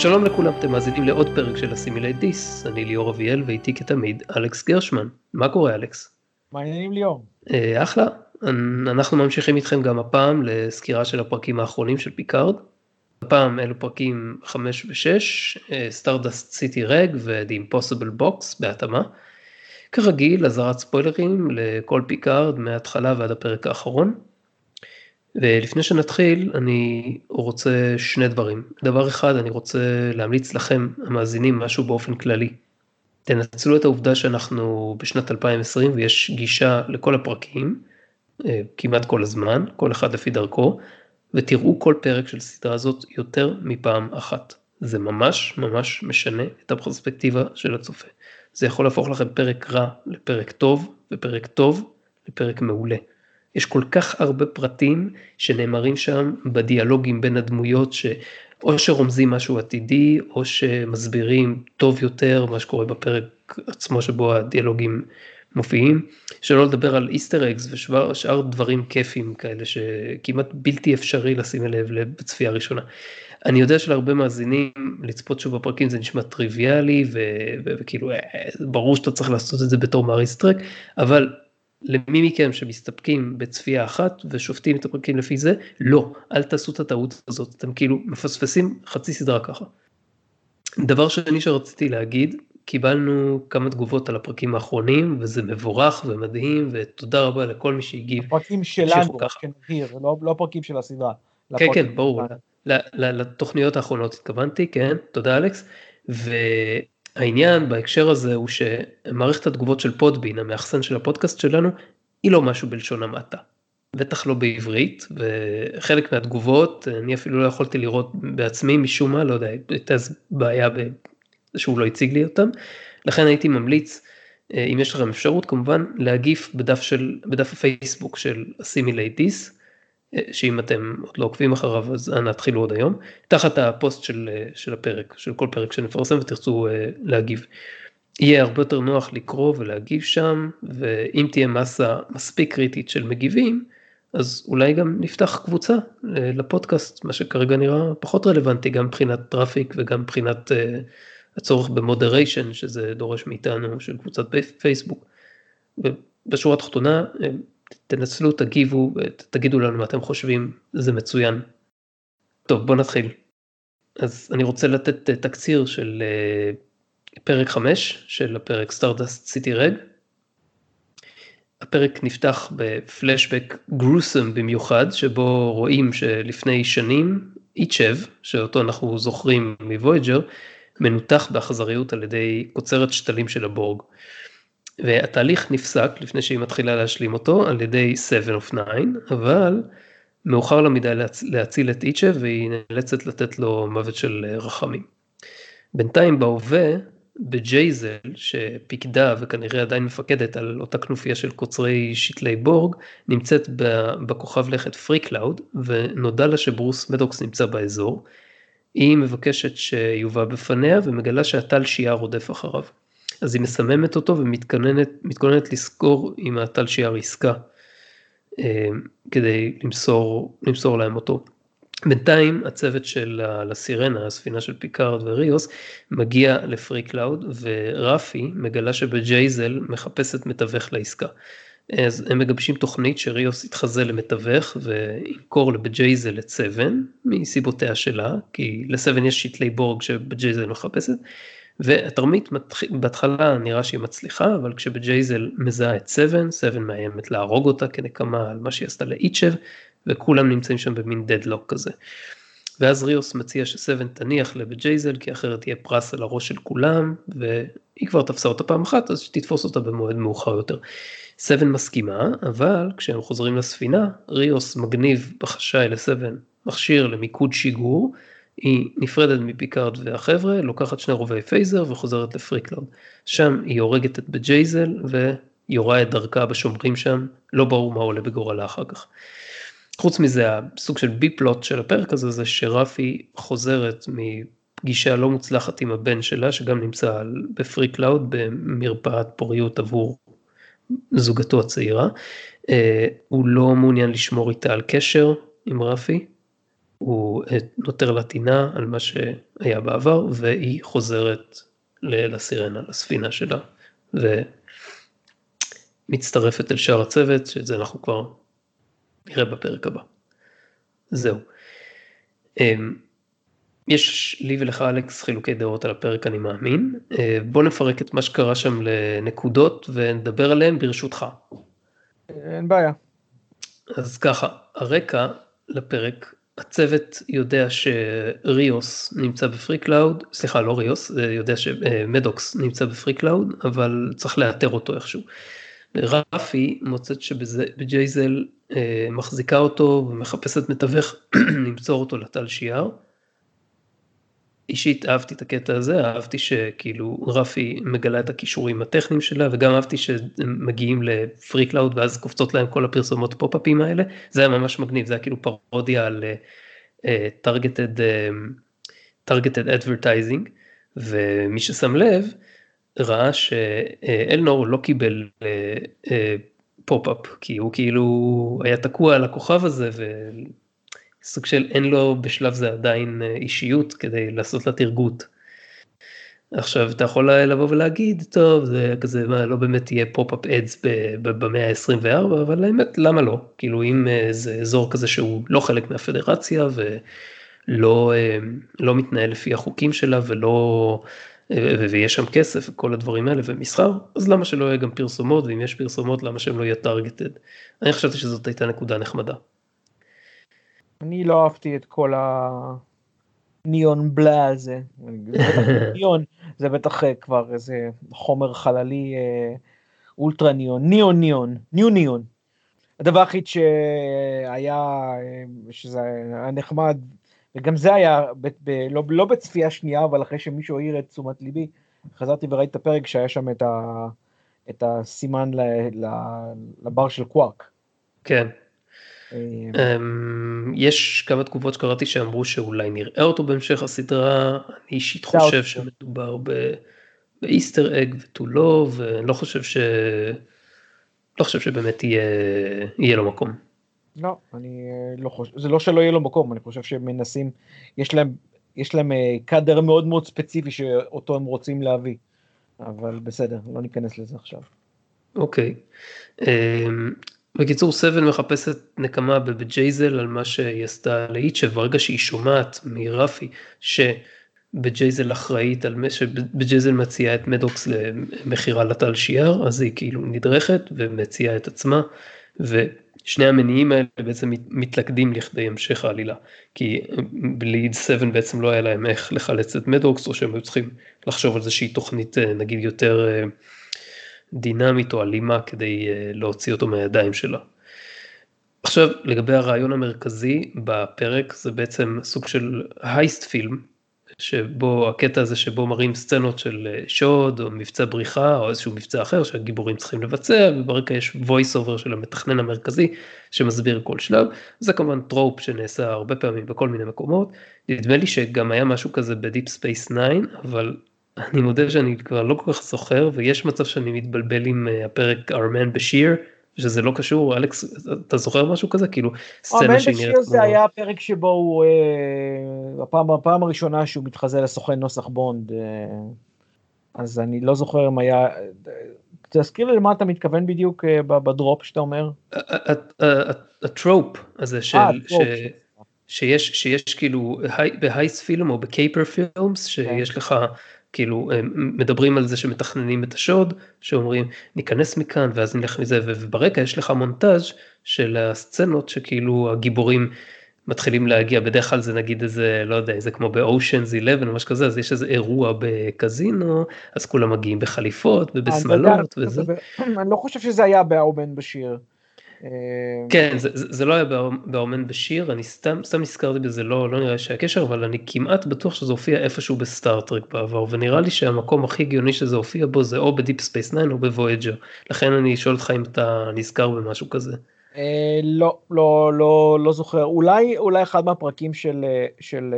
שלום לכולם, אתם מאזינים לעוד פרק של הסימילייט דיס, אני ליאור אביאל ואיתי כתמיד אלכס גרשמן. מה קורה אלכס? מה העניינים ליאור? אחלה, אנחנו ממשיכים איתכם גם הפעם לסקירה של הפרקים האחרונים של פיקארד. הפעם אלו פרקים 5 ו-6, Stardust City Reg ו-The Impossible Box בהתאמה. כרגיל, אזהרת ספוילרים לכל פיקארד מההתחלה ועד הפרק האחרון. ולפני שנתחיל, אני רוצה שני דברים. דבר אחד, אני רוצה להמליץ לכם, המאזינים, משהו באופן כללי. תנצלו את העובדה שאנחנו בשנת 2020, ויש גישה לכל הפרקים, כמעט כל הזמן, כל אחד לפי דרכו, ותראו כל פרק של סדרה הזאת יותר מפעם אחת. זה ממש ממש משנה את הפרספקטיבה של הצופה. זה יכול להפוך לכם פרק רע לפרק טוב, ופרק טוב לפרק מעולה. יש כל כך הרבה פרטים שנאמרים שם בדיאלוגים בין הדמויות או שרומזים משהו עתידי או שמסבירים טוב יותר מה שקורה בפרק עצמו שבו הדיאלוגים מופיעים. שלא לדבר על איסטר אגס ושאר דברים כיפים כאלה שכמעט בלתי אפשרי לשים לב בצפייה ראשונה. אני יודע שלהרבה מאזינים לצפות שוב בפרקים זה נשמע טריוויאלי וכאילו ברור שאתה צריך לעשות את זה בתור מאריסטרק, אבל למי מכם שמסתפקים בצפייה אחת ושופטים את הפרקים לפי זה, לא, אל תעשו את הטעות הזאת, אתם כאילו מפספסים חצי סדרה ככה. דבר שני שרציתי להגיד, קיבלנו כמה תגובות על הפרקים האחרונים, וזה מבורך ומדהים, ותודה רבה לכל מי שהגיב. הפרקים שלנו, שנבהיר, לא הפרקים של הסדרה. כן, כן, ברור, לתוכניות האחרונות התכוונתי, כן, תודה אלכס, העניין בהקשר הזה הוא שמערכת התגובות של פודבין, המאחסן של הפודקאסט שלנו, היא לא משהו בלשון המעטה. בטח לא בעברית, וחלק מהתגובות, אני אפילו לא יכולתי לראות בעצמי משום מה, לא יודע, הייתה בעיה שהוא לא הציג לי אותם, לכן הייתי ממליץ, אם יש לכם אפשרות כמובן, להגיף בדף הפייסבוק של הסימילייט דיס, שאם אתם עוד לא עוקבים אחריו, אז אנא תחילו עוד היום, תחת הפוסט של הפרק, של כל פרק שנפרסם ותרצו להגיב. יהיה הרבה יותר נוח לקרוא ולהגיב שם, ואם תהיה מסה מספיק קריטית של מגיבים, אז אולי גם נפתח קבוצה לפודקאסט, מה שכרגע נראה פחות רלוונטי, גם מבחינת טראפיק וגם מבחינת הצורך במודריישן, שזה דורש מאיתנו של קבוצת פייסבוק. ובשורה התחתונה, תנצלו, תגיבו, תגידו לנו מה אתם חושבים, זה מצוין. טוב, בוא נתחיל. אז אני רוצה לתת תקציר של פרק 5, של הפרק Stardust City Reg. הפרק נפתח בפלשבק גרוסם במיוחד, שבו רואים שלפני שנים, איצ'ב, שאותו אנחנו זוכרים מוויג'ר, מנותח באכזריות על ידי קוצרת שתלים של הבורג. והתהליך נפסק לפני שהיא מתחילה להשלים אותו על ידי 7 of 9, אבל מאוחר למידה להציל את איצ'ב והיא נאלצת לתת לו מוות של רחמים. בינתיים בהווה, בג'ייזל שפיקדה וכנראה עדיין מפקדת על אותה כנופיה של קוצרי שתלי בורג, נמצאת בכוכב לכת פרי קלאוד ונודע לה שברוס מדוקס נמצא באזור. היא מבקשת שיובא בפניה ומגלה שהטל שיער רודף אחריו. אז היא מסממת אותו ומתכוננת לסגור עם הטל שיער עסקה, כדי למסור להם אותו. בינתיים הצוות של הסירנה, הספינה של פיקארד וריוס, מגיע לפרי קלאוד, ורפי מגלה שבג'ייזל מחפשת מתווך לעסקה. אז הם מגבשים תוכנית שריוס יתחזה למתווך, וינקור בג'ייזל את 7, מסיבותיה שלה, כי ל7 יש שתלי בורג שבג'ייזל מחפשת, והתרמית בהתחלה נראה שהיא מצליחה, אבל כשבג'ייזל מזהה את 7 מאיימת להרוג אותה כנקמה על מה שהיא עשתה לאיצ'ב, וכולם נמצאים שם במין דדלוק כזה. ואז ריוס מציע ש7 תניח לבג'ייזל, כי אחרת תהיה פרס על הראש של כולם, והיא כבר תפסה אותה פעם אחת, אז שתתפוס אותה במועד מאוחר יותר. 7 מסכימה, אבל כשהם חוזרים לספינה, ריוס מגניב בחשאי ל7 מכשיר למיקוד שיגור, היא נפרדת מפיקארד והחבר'ה, לוקחת 2 רובי פייזר וחוזרת לפרי קלאוד. שם היא הורגת את בג'ייזל ויורה את דרכה בשומרים שם, לא ברור מה עולה בגורלה אחר כך. חוץ מזה, הסוג של בי-פלוט של הפרק הזה, זה שרפי חוזרת מפגישה לא מוצלחת עם הבן שלה, שגם נמצא בפרי קלאוד, במרפאת פוריות עבור זוגתו הצעירה. הוא לא מעוניין לשמור איתה על קשר עם רפי, הוא נותר לטינה על מה שהיה בעבר, והיא חוזרת לסירנה, לספינה שלה, ומצטרפת אל שאר הצוות, שזה אנחנו כבר נראה בפרק הבא. זהו. יש לי ולך אלכס חילוקי דעות על הפרק אני מאמין, בוא נפרק את מה שקרה שם לנקודות ונדבר עליהן ברשותך. אין בעיה. אז ככה, הרקע לפרק, הצוות יודע שריוס נמצא בפרי קלאוד, סליחה לא ריוס, יודע שמדוקס נמצא בפרי קלאוד, אבל צריך לאתר אותו איכשהו. רפי מוצאת שבג'ייזל מחזיקה אותו ומחפשת מתווך למצוא אותו לטל שיער. אישית אהבתי את הקטע הזה, אהבתי שכאילו רפי מגלה את הכישורים הטכניים שלה, וגם אהבתי שמגיעים לפרי קלאוד ואז קופצות להם כל הפרסומות פופ-אפים האלה, זה היה ממש מגניב, זה היה כאילו פרודיה על targeted advertising, ומי ששם לב ראה שאלנור לא קיבל פופ-אפ, כי הוא כאילו היה תקוע על הכוכב הזה, סוג של אין לו בשלב זה עדיין אישיות כדי לעשות לה תרגות. עכשיו אתה יכול לבוא ולהגיד, טוב זה כזה מה, לא באמת יהיה פופ-אפ אדס במאה ה-24, אבל האמת למה לא? כאילו אם זה אזור כזה שהוא לא חלק מהפדרציה ולא לא מתנהל לפי החוקים שלה ויש שם כסף וכל הדברים האלה ומסחר, אז למה שלא יהיה גם פרסומות, ואם יש פרסומות למה שהם לא יהיה טרגטד? אני חשבתי שזאת הייתה נקודה נחמדה. אני לא אהבתי את כל הניון בלה הזה. ניון זה בטח כבר איזה חומר חללי אולטרה ניון, ניון. הדבר הכי שזה היה נחמד, וגם זה היה לא בצפייה שנייה, אבל אחרי שמישהו העיר את תשומת ליבי, חזרתי וראיתי את הפרק שהיה שם את הסימן לבר של קווארק. כן. יש כמה תגובות שקראתי שאמרו שאולי נראה אותו בהמשך הסדרה, אני אישית חושב שמדובר באיסטר אג ותו לא, ואני לא חושב שבאמת יהיה לו מקום. לא, אני לא חושב, זה לא שלא יהיה לו מקום, אני חושב שהם מנסים, יש להם קאדר מאוד מאוד ספציפי שאותו הם רוצים להביא, אבל בסדר, לא ניכנס לזה עכשיו. אוקיי. בקיצור, סבן מחפשת נקמה בג'ייזל על מה שהיא עשתה לאיצ'ה, ברגע שהיא שומעת מרפי שבג'ייזל אחראית, שבג'ייזל מציעה את מדוקס למחירה לטל שיער, אז היא כאילו נדרכת ומציעה את עצמה, ושני המניעים האלה בעצם מתלכדים לכדי המשך העלילה, כי בליד 7 בעצם לא היה להם איך לחלץ את מדוקס, או שהם היו צריכים לחשוב על איזושהי תוכנית נגיד יותר דינמית או אלימה כדי להוציא אותו מהידיים שלה. עכשיו לגבי הרעיון המרכזי בפרק, זה בעצם סוג של הייסט פילם, שבו הקטע הזה שבו מראים סצנות של שוד או מבצע בריחה או איזשהו מבצע אחר שהגיבורים צריכים לבצע, וברקע יש voice over של המתכנן המרכזי שמסביר כל שלב. זה כמובן טרופ שנעשה הרבה פעמים בכל מיני מקומות, נדמה לי שגם היה משהו כזה בדיפ ספייס 9, אבל אני מודה שאני כבר לא כל כך זוכר, ויש מצב שאני מתבלבל עם הפרק ארמן בשיר, שזה לא קשור. אלכס, אתה זוכר משהו כזה? כאילו, סצנה שהיא נראית כמו... זה היה הפרק שבו הוא, הפעם הראשונה שהוא מתחזה לסוכן נוסח בונד, אז אני לא זוכר אם היה... תזכיר לי למה אתה מתכוון בדיוק בדרופ שאתה אומר? הטרופ הזה שיש כאילו בהייסט פילם או בקייפר פילמס, שיש לך... כאילו מדברים על זה שמתכננים את השוד, שאומרים ניכנס מכאן ואז נלך מזה, וברקע יש לך מונטאז' של הסצנות שכאילו הגיבורים מתחילים להגיע, בדרך כלל זה נגיד איזה, לא יודע, זה כמו באושנס 11 או משהו כזה, אז יש איזה אירוע בקזינו, אז כולם מגיעים בחליפות ובשמלות וזה. אני לא חושב שזה היה באומן בשיר. כן, זה לא היה באומן בשיר, אני סתם נזכרתי בזה, לא נראה שהיה קשר, אבל אני כמעט בטוח שזה הופיע איפשהו בסטארטרק בעבר, ונראה לי שהמקום הכי הגיוני שזה הופיע בו זה או בדיפ ספייס 9 או בוויג'ר, לכן אני שואל אותך אם אתה נזכר במשהו כזה. לא זוכר, אולי אחד מהפרקים של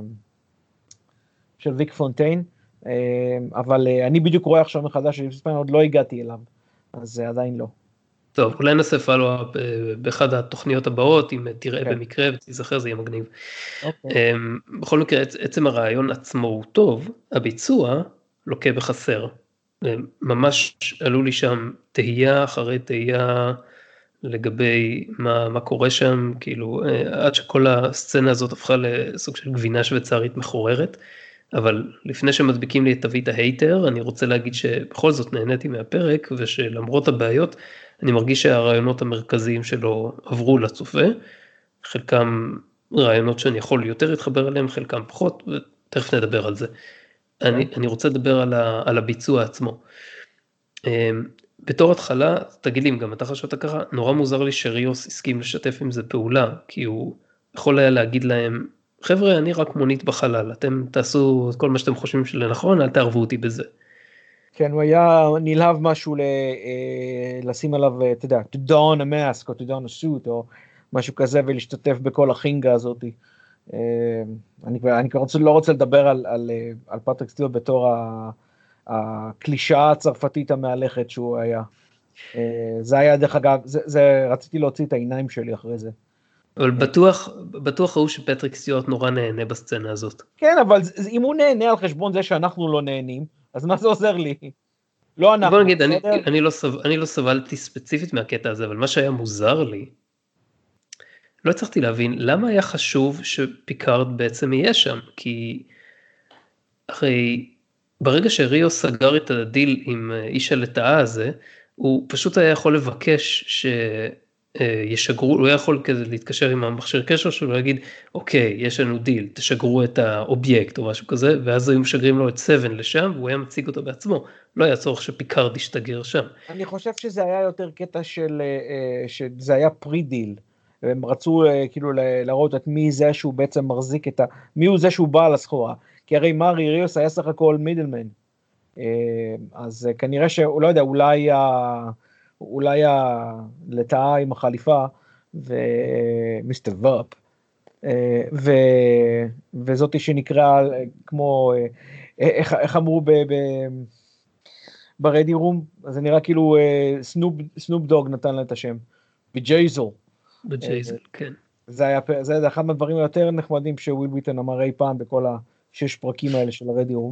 ויק פונטיין, אבל אני בדיוק רואה עכשיו מחדש שדיפ ספייס 9 עוד לא הגעתי אליו, אז עדיין לא. טוב, אולי נעשה פולו-אפ באחד התוכניות הבאות, אם תראה כן. במקרה ותיזכר זה יהיה מגניב. אוקיי. בכל מקרה, עצם הרעיון עצמו הוא טוב, הביצוע לוקה בחסר. ממש עלו לי שם תהייה אחרי תהייה לגבי מה קורה שם, כאילו עד שכל הסצנה הזאת הפכה לסוג של גבינה שוויצרית מחוררת, אבל לפני שמדביקים לי את תווית ההייטר, אני רוצה להגיד שבכל זאת נהניתי מהפרק, ושלמרות הבעיות, אני מרגיש שהרעיונות המרכזיים שלו עברו לצופה, חלקם רעיונות שאני יכול יותר להתחבר אליהם, חלקם פחות, ותכף נדבר על זה. אני רוצה לדבר על הביצוע עצמו. בתור התחלה, תגיד לי אם גם אתה חשבת ככה, נורא מוזר לי שריוס הסכים לשתף עם זה פעולה, כי הוא יכול היה להגיד להם, חבר'ה, אני רק מונית בחלל, אתם תעשו כל מה שאתם חושבים שלנכון, אל תערבו אותי בזה. כן, הוא היה נלהב משהו לשים עליו, אתה יודע, to don a mask, או to don a suit, או משהו כזה, ולהשתתף בכל החינגה הזאת. אני לא רוצה לדבר על פטריק סטיוארט בתור הקלישאה הצרפתית המהלכת שהוא היה. זה היה דרך אגב, רציתי להוציא את העיניים שלי אחרי זה. אבל בטוח ראו שפטריק סטיוארט נורא נהנה בסצנה הזאת. כן, אבל אם הוא נהנה על חשבון זה שאנחנו לא נהנים, אז מה זה עוזר לי? לא אנחנו. בוא נגיד, אני לא סבלתי ספציפית מהקטע הזה, אבל מה שהיה מוזר לי, לא הצלחתי להבין למה היה חשוב שפיקארד בעצם יהיה שם, כי הרי ברגע שריו סגר את הדיל עם איש הלטאה הזה, הוא פשוט היה יכול לבקש שישגרו, הוא היה יכול כזה להתקשר עם המכשיר קשר שלו ולהגיד, אוקיי, יש לנו דיל, תשגרו את האובייקט או משהו כזה, ואז היו משגרים לו את 7 לשם, והוא היה מציג אותו בעצמו, לא היה צורך שפיקארד ישתגר שם. אני חושב שזה היה יותר קטע שזה היה פרי-דיל, הם רצו כאילו להראות את מי זה שהוא בעצם מחזיק מי הוא זה שהוא בעל הסחורה, כי הרי מארי ריוס היה סך הכל מידלמן, אז כנראה שהוא לא יודע, אולי הלטאה עם החליפה, ומיסטר ורפ, וזאתי שנקרא כמו, איך אמרו ברדי רום, אז זה נראה כאילו סנופ דוג נתן לה את השם, בג'ייזל. בג'ייזל, כן. זה אחד מהדברים היותר נחמדים שוויל ביטון אמר אי פעם בכל 6 פרקים האלה של הרדי רום,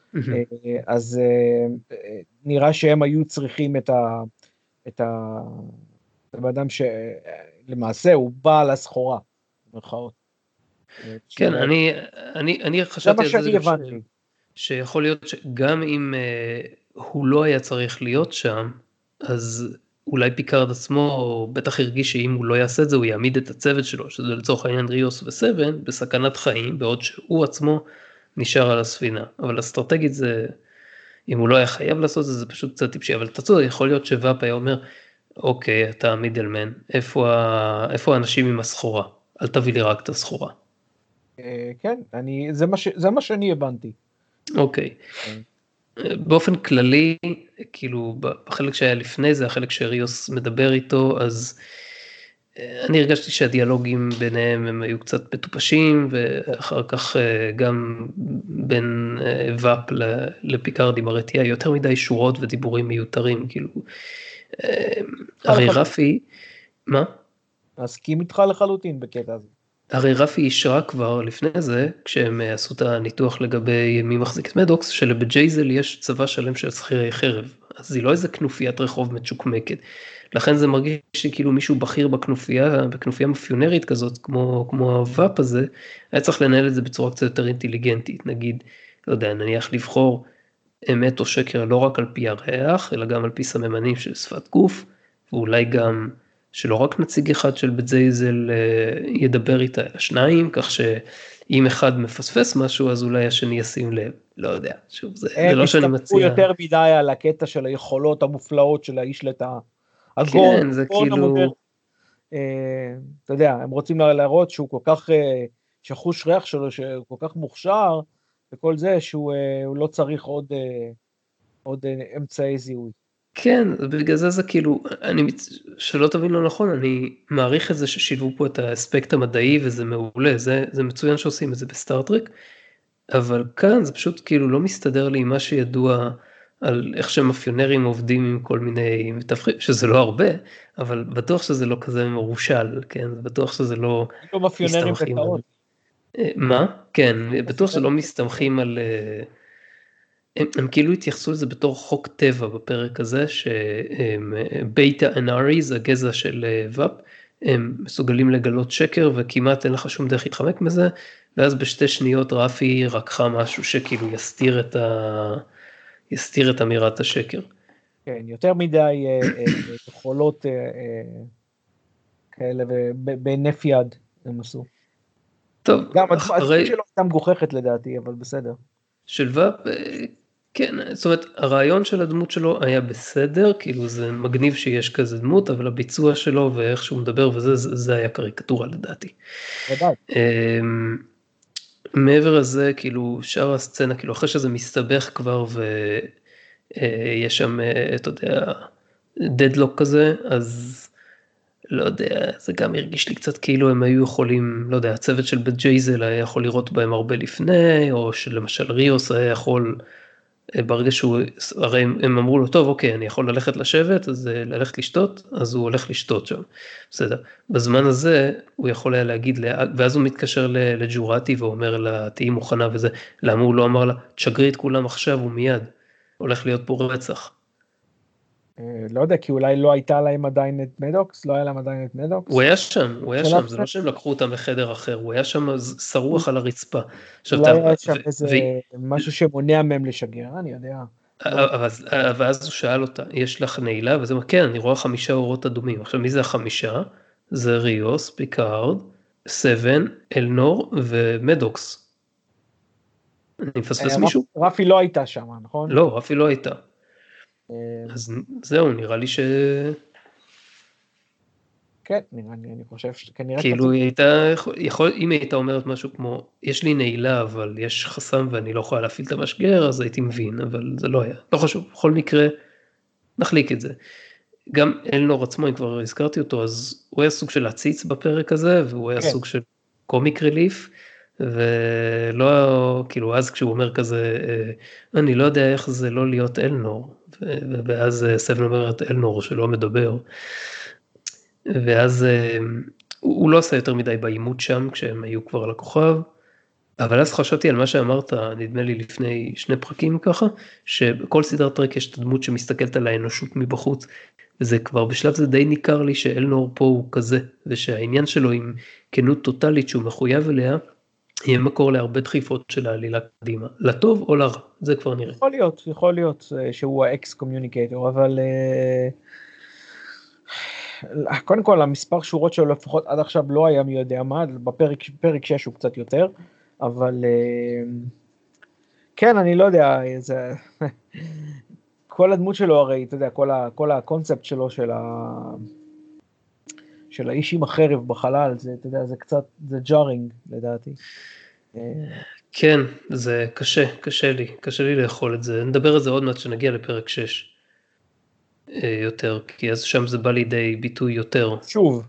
אז נראה שהם היו צריכים את האדם שלמעשה הוא בעל הסחורה, במרכאות. כן, אני חשבתי על זה שיכול להיות שגם אם הוא לא היה צריך להיות שם, אז אולי פיקארד עצמו בטח הרגיש שאם הוא לא יעשה את זה, הוא יעמיד את הצוות שלו, שזה לצורך העניין ריוס וסבן, בסכנת חיים, בעוד שהוא עצמו נשאר על הספינה. אבל אסטרטגית זה, אם הוא לא היה חייב לעשות את זה, זה פשוט קצת טיפשי. אבל תצאו, יכול להיות שוואפ היה אומר, אוקיי, אתה מידלמן, איפה האנשים עם הסחורה? אל תביא לי רק את הסחורה. כן, זה מה שאני הבנתי. אוקיי. באופן כללי, כאילו בחלק שהיה לפני זה, החלק שריוס מדבר איתו, אז אני הרגשתי שהדיאלוגים ביניהם הם היו קצת מטופשים, ואחר כך גם בין ואפ לפיקארד עם הרתיעה, יותר מדי שורות ודיבורים מיותרים, כאילו, הרי רפי, מה? מסכים איתך לחלוטין בקטע הזה. הרי רפי אישרה כבר לפני זה, כשהם עשו את הניתוח לגבי מי מחזיק את מדוקס, שלבג'ייזל יש צבא שלם של שכירי חרב, אז היא לא איזה כנופיית רחוב מצ'וקמקת, לכן זה מרגיש שכאילו מישהו בכיר בכנופיה מפיונרית כזאת, כמו הוואפ הזה, היה צריך לנהל את זה בצורה קצת יותר אינטליגנטית, נגיד, לא יודע, נניח לבחור אמת או שקר לא רק על פי הריח, אלא גם על פי סממנים של שפת גוף, ואולי גם שלא רק נציג אחד של בג'ייזל ידבר איתה, אלא שניים, כך שאם אחד מפספס משהו, אז אולי השני ישים לב, לא יודע, שוב, זה לא שאני מציע. הם הסתפקו יותר מדי על הקטע של היכולות המופלאות של האיש לטאה. כן, זה כאילו... אתה יודע, הם רוצים להראות שהוא כל כך, שחוש ריח שלו, שהוא כל כך מוכשר, וכל זה שהוא לא צריך עוד אמצעי זיהוי. כן, בגלל זה כאילו, שלא תבין לא נכון, אני מעריך את זה ששילבו פה את האספקט המדעי, וזה מעולה, זה מצוין שעושים את זה בסטארטרק, אבל כאן זה פשוט כאילו לא מסתדר לי עם מה שידוע על איך שמאפיונרים עובדים עם כל מיני מתווכים, שזה לא הרבה, אבל בטוח שזה לא כזה מרושל, כן? בטוח שזה לא לא מאפיונרים מסתמכים וקאות. מה? כן, בטוח שלא מסתמכים על... הם כאילו התייחסו לזה בתור חוק טבע בפרק הזה, שבייטה אנאריז, הגזע של ואפ, הם מסוגלים לגלות שקר וכמעט אין לך שום דרך להתחמק מזה, ואז בשתי שניות רפי רקחה משהו שכאילו יסתיר את אמירת השקר. כן, יותר מדי יכולות כאלה, ובהינף יד הם עשו. טוב, גם הדמות שלו הייתה מגוחכת לדעתי, אבל בסדר. של ואפ, כן, זאת אומרת, הרעיון של הדמות שלו היה בסדר, כאילו זה מגניב שיש כזה דמות, אבל הביצוע שלו ואיך שהוא מדבר וזה, זה היה קריקטורה לדעתי. ודאי. מעבר לזה, כאילו, שאר הסצנה, כאילו, אחרי שזה מסתבך כבר ויש שם, אתה יודע, דדלוק כזה, אז לא יודע, זה גם הרגיש לי קצת כאילו הם היו יכולים, לא יודע, הצוות של בית ג'ייזל היה יכול לראות בהם הרבה לפני, או שלמשל ריוס היה יכול, ברגע שהוא, הרי הם אמרו לו, טוב, אוקיי, אני יכול ללכת לשבת, אז ללכת לשתות, אז הוא הולך לשתות שם, בסדר. בזמן הזה, הוא יכול היה להגיד, ואז הוא מתקשר לג'ורטי, ואומר לה, תהי מוכנה וזה, למה הוא לא אמר לה, תשגרי את כולם עכשיו ומיד, הולך להיות פה רצח. לא יודע, כי אולי לא הייתה להם עדיין את מדוקס, לא היה להם עדיין את מדוקס. הוא היה שם, זה לא שהם לקחו אותם לחדר אחר, הוא היה שם שרוח על הרצפה. אולי היה שם איזה משהו שמונע מהם לשגר, אני יודע. ואז הוא שאל אותה, יש לך נעילה? וזה אומר, כן, אני רואה 5 אורות אדומים. עכשיו, מי זה ה5? זה ריוס, פיקארד, 7, אלנור ומדוקס. אני מפספס מישהו? רפי לא הייתה שם, נכון? לא, רפי לא הייתה. אז זהו, נראה לי כן, אני חושב שכנראה... כאילו היא הייתה, אם היא הייתה אומרת משהו כמו, יש לי נעילה אבל יש חסם ואני לא יכולה להפעיל את המשגר, אז הייתי מבין, אבל זה לא היה. לא חשוב, בכל מקרה, נחליק את זה. גם אלנור עצמו, אם כבר הזכרתי אותו, אז הוא היה סוג של עציץ בפרק הזה, והוא היה סוג של קומיק ריליף, ולא, כאילו, אז כשהוא אומר כזה, אני לא יודע איך זה לא להיות אלנור, ואז סבן אומרת אלנור שלא מדבר. ואז הוא לא עשה יותר מדי בעימות שם, כשהם היו כבר על הכוכב, אבל אז חשבתי על מה שאמרת, נדמה לי לפני 2 פרקים ככה, שבכל סדרת טרק יש את הדמות שמסתכלת על האנושות מבחוץ, וזה כבר בשלב זה די ניכר לי שאלנור פה הוא כזה, ושהעניין שלו עם כנות טוטלית שהוא מחויב אליה, יהיה מקור להרבה דחיפות של העלילה קדימה, לטוב או לרע, זה כבר נראה. יכול להיות שהוא האקס קומיוניקטור, אבל... קודם כל, המספר שורות שלו לפחות עד עכשיו לא היה מי יודע מה, בפרק 6 הוא קצת יותר, אבל כן, אני לא יודע, כל הדמות שלו הרי, אתה יודע, כל הקונספט שלו של האיש עם החרב בחלל, זה, אתה יודע, זה קצת, זה ג'ארינג לדעתי. כן, זה קשה לי לאכול את זה, נדבר על זה עוד מעט שנגיע לפרק 6. יותר, כי אז שם זה בא לידי ביטוי יותר. שוב.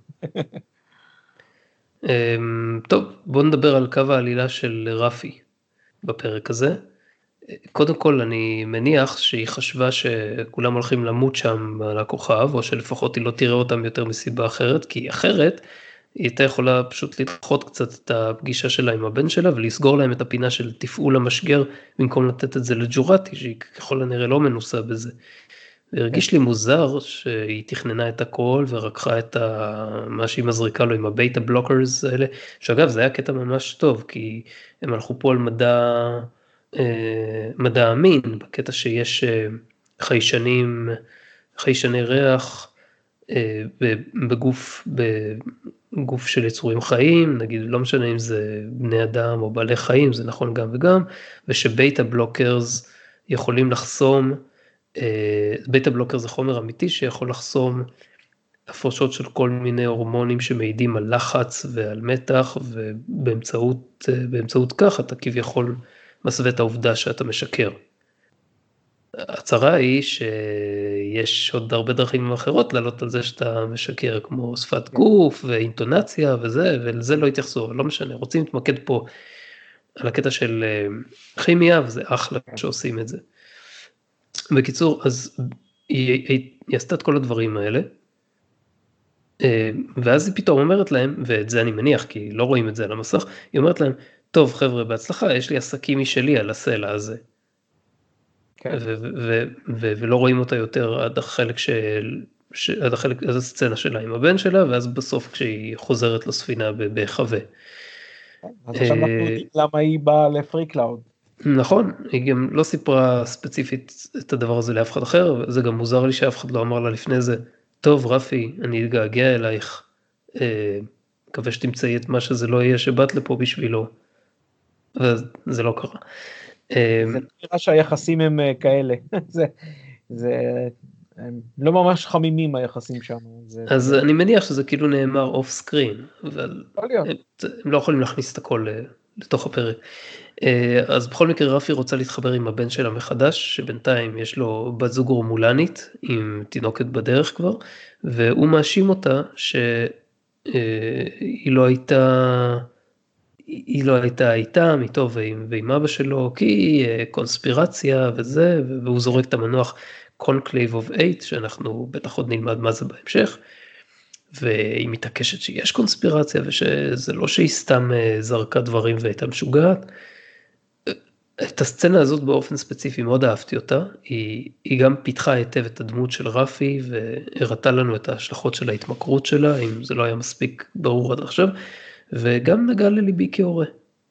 טוב, בוא נדבר על קו העלילה של רפי בפרק הזה. קודם כל אני מניח שהיא חשבה שכולם הולכים למות שם על הכוכב, או שלפחות היא לא תראה אותם יותר מסיבה אחרת, כי אחרת היא הייתה יכולה פשוט לדחות קצת את הפגישה שלה עם הבן שלה, ולסגור להם את הפינה של תפעול המשגר, במקום לתת את זה לג'ורטי, שהיא ככל הנראה לא מנוסה בזה. והרגיש לי מוזר שהיא תכננה את הכל ורקחה את מה שהיא מזריקה לו עם הבייטה בלוקרס האלה, שאגב זה היה קטע ממש טוב, כי הם הלכו פה על מדע אמין, בקטע שיש חיישני ריח בגוף של יצורים חיים, נגיד לא משנה אם זה בני אדם או בעלי חיים, זה נכון גם וגם, ושבייטה בלוקרס יכולים לחסום, בייטה בלוקר זה חומר אמיתי שיכול לחסום הפרשות של כל מיני הורמונים שמעידים על לחץ ועל מתח, ובאמצעות כך אתה כביכול מסווה את העובדה שאתה משקר. הצרה היא שיש עוד הרבה דרכים אחרות לעלות על זה שאתה משקר, כמו שפת גוף ואינטונציה וזה, ולזה לא התייחסו, אבל לא משנה, רוצים להתמקד פה על הקטע של כימיה, וזה אחלה שעושים את זה. בקיצור, אז היא עשתה את כל הדברים האלה, ואז היא פתאום אומרת להם, ואת זה אני מניח כי לא רואים את זה על המסך, היא אומרת להם, טוב חבר'ה בהצלחה, יש לי עסקים משלי על הסלע הזה. כן. ולא רואים אותה יותר עד עד הסצנה שלה עם הבן שלה, ואז בסוף כשהיא חוזרת לספינה בחווה. אז עכשיו אנחנו יודעים למה היא באה לפרי קלאוד. נכון, היא גם לא סיפרה ספציפית את הדבר הזה לאף אחד אחר, וזה גם מוזר לי שאף אחד לא אמר לה לפני זה, טוב רפי, אני אתגעגע אלייך, מקווה שתמצאי את מה שזה לא יהיה שבאת לפה בשבילו, וזה לא קרה. זה נראה שהיחסים הם כאלה, הם לא ממש חמימים היחסים שם. אז אני מניח שזה כאילו נאמר אוף סקרין, אבל הם לא יכולים להכניס את הכל לתוך הפרק. אז בכל מקרה רפי רוצה להתחבר עם הבן שלה מחדש, שבינתיים יש לו בת זוג הורמולנית עם תינוקת בדרך כבר, והוא מאשים אותה שהיא לא הייתה איתם, איתו ועם אבא שלו, כי קונספירציה וזה, והוא זורק את המנוח Conclave of 8, שאנחנו בטח עוד נלמד מה זה בהמשך, והיא מתעקשת שיש קונספירציה, ושזה לא שהיא סתם זרקה דברים והייתה משוגעת. את הסצנה הזאת באופן ספציפי מאוד אהבתי אותה, היא גם פיתחה היטב את הדמות של רפי, והראתה לנו את ההשלכות של ההתמכרות שלה, אם זה לא היה מספיק ברור עד עכשיו, וגם נגע לליבי כהורה.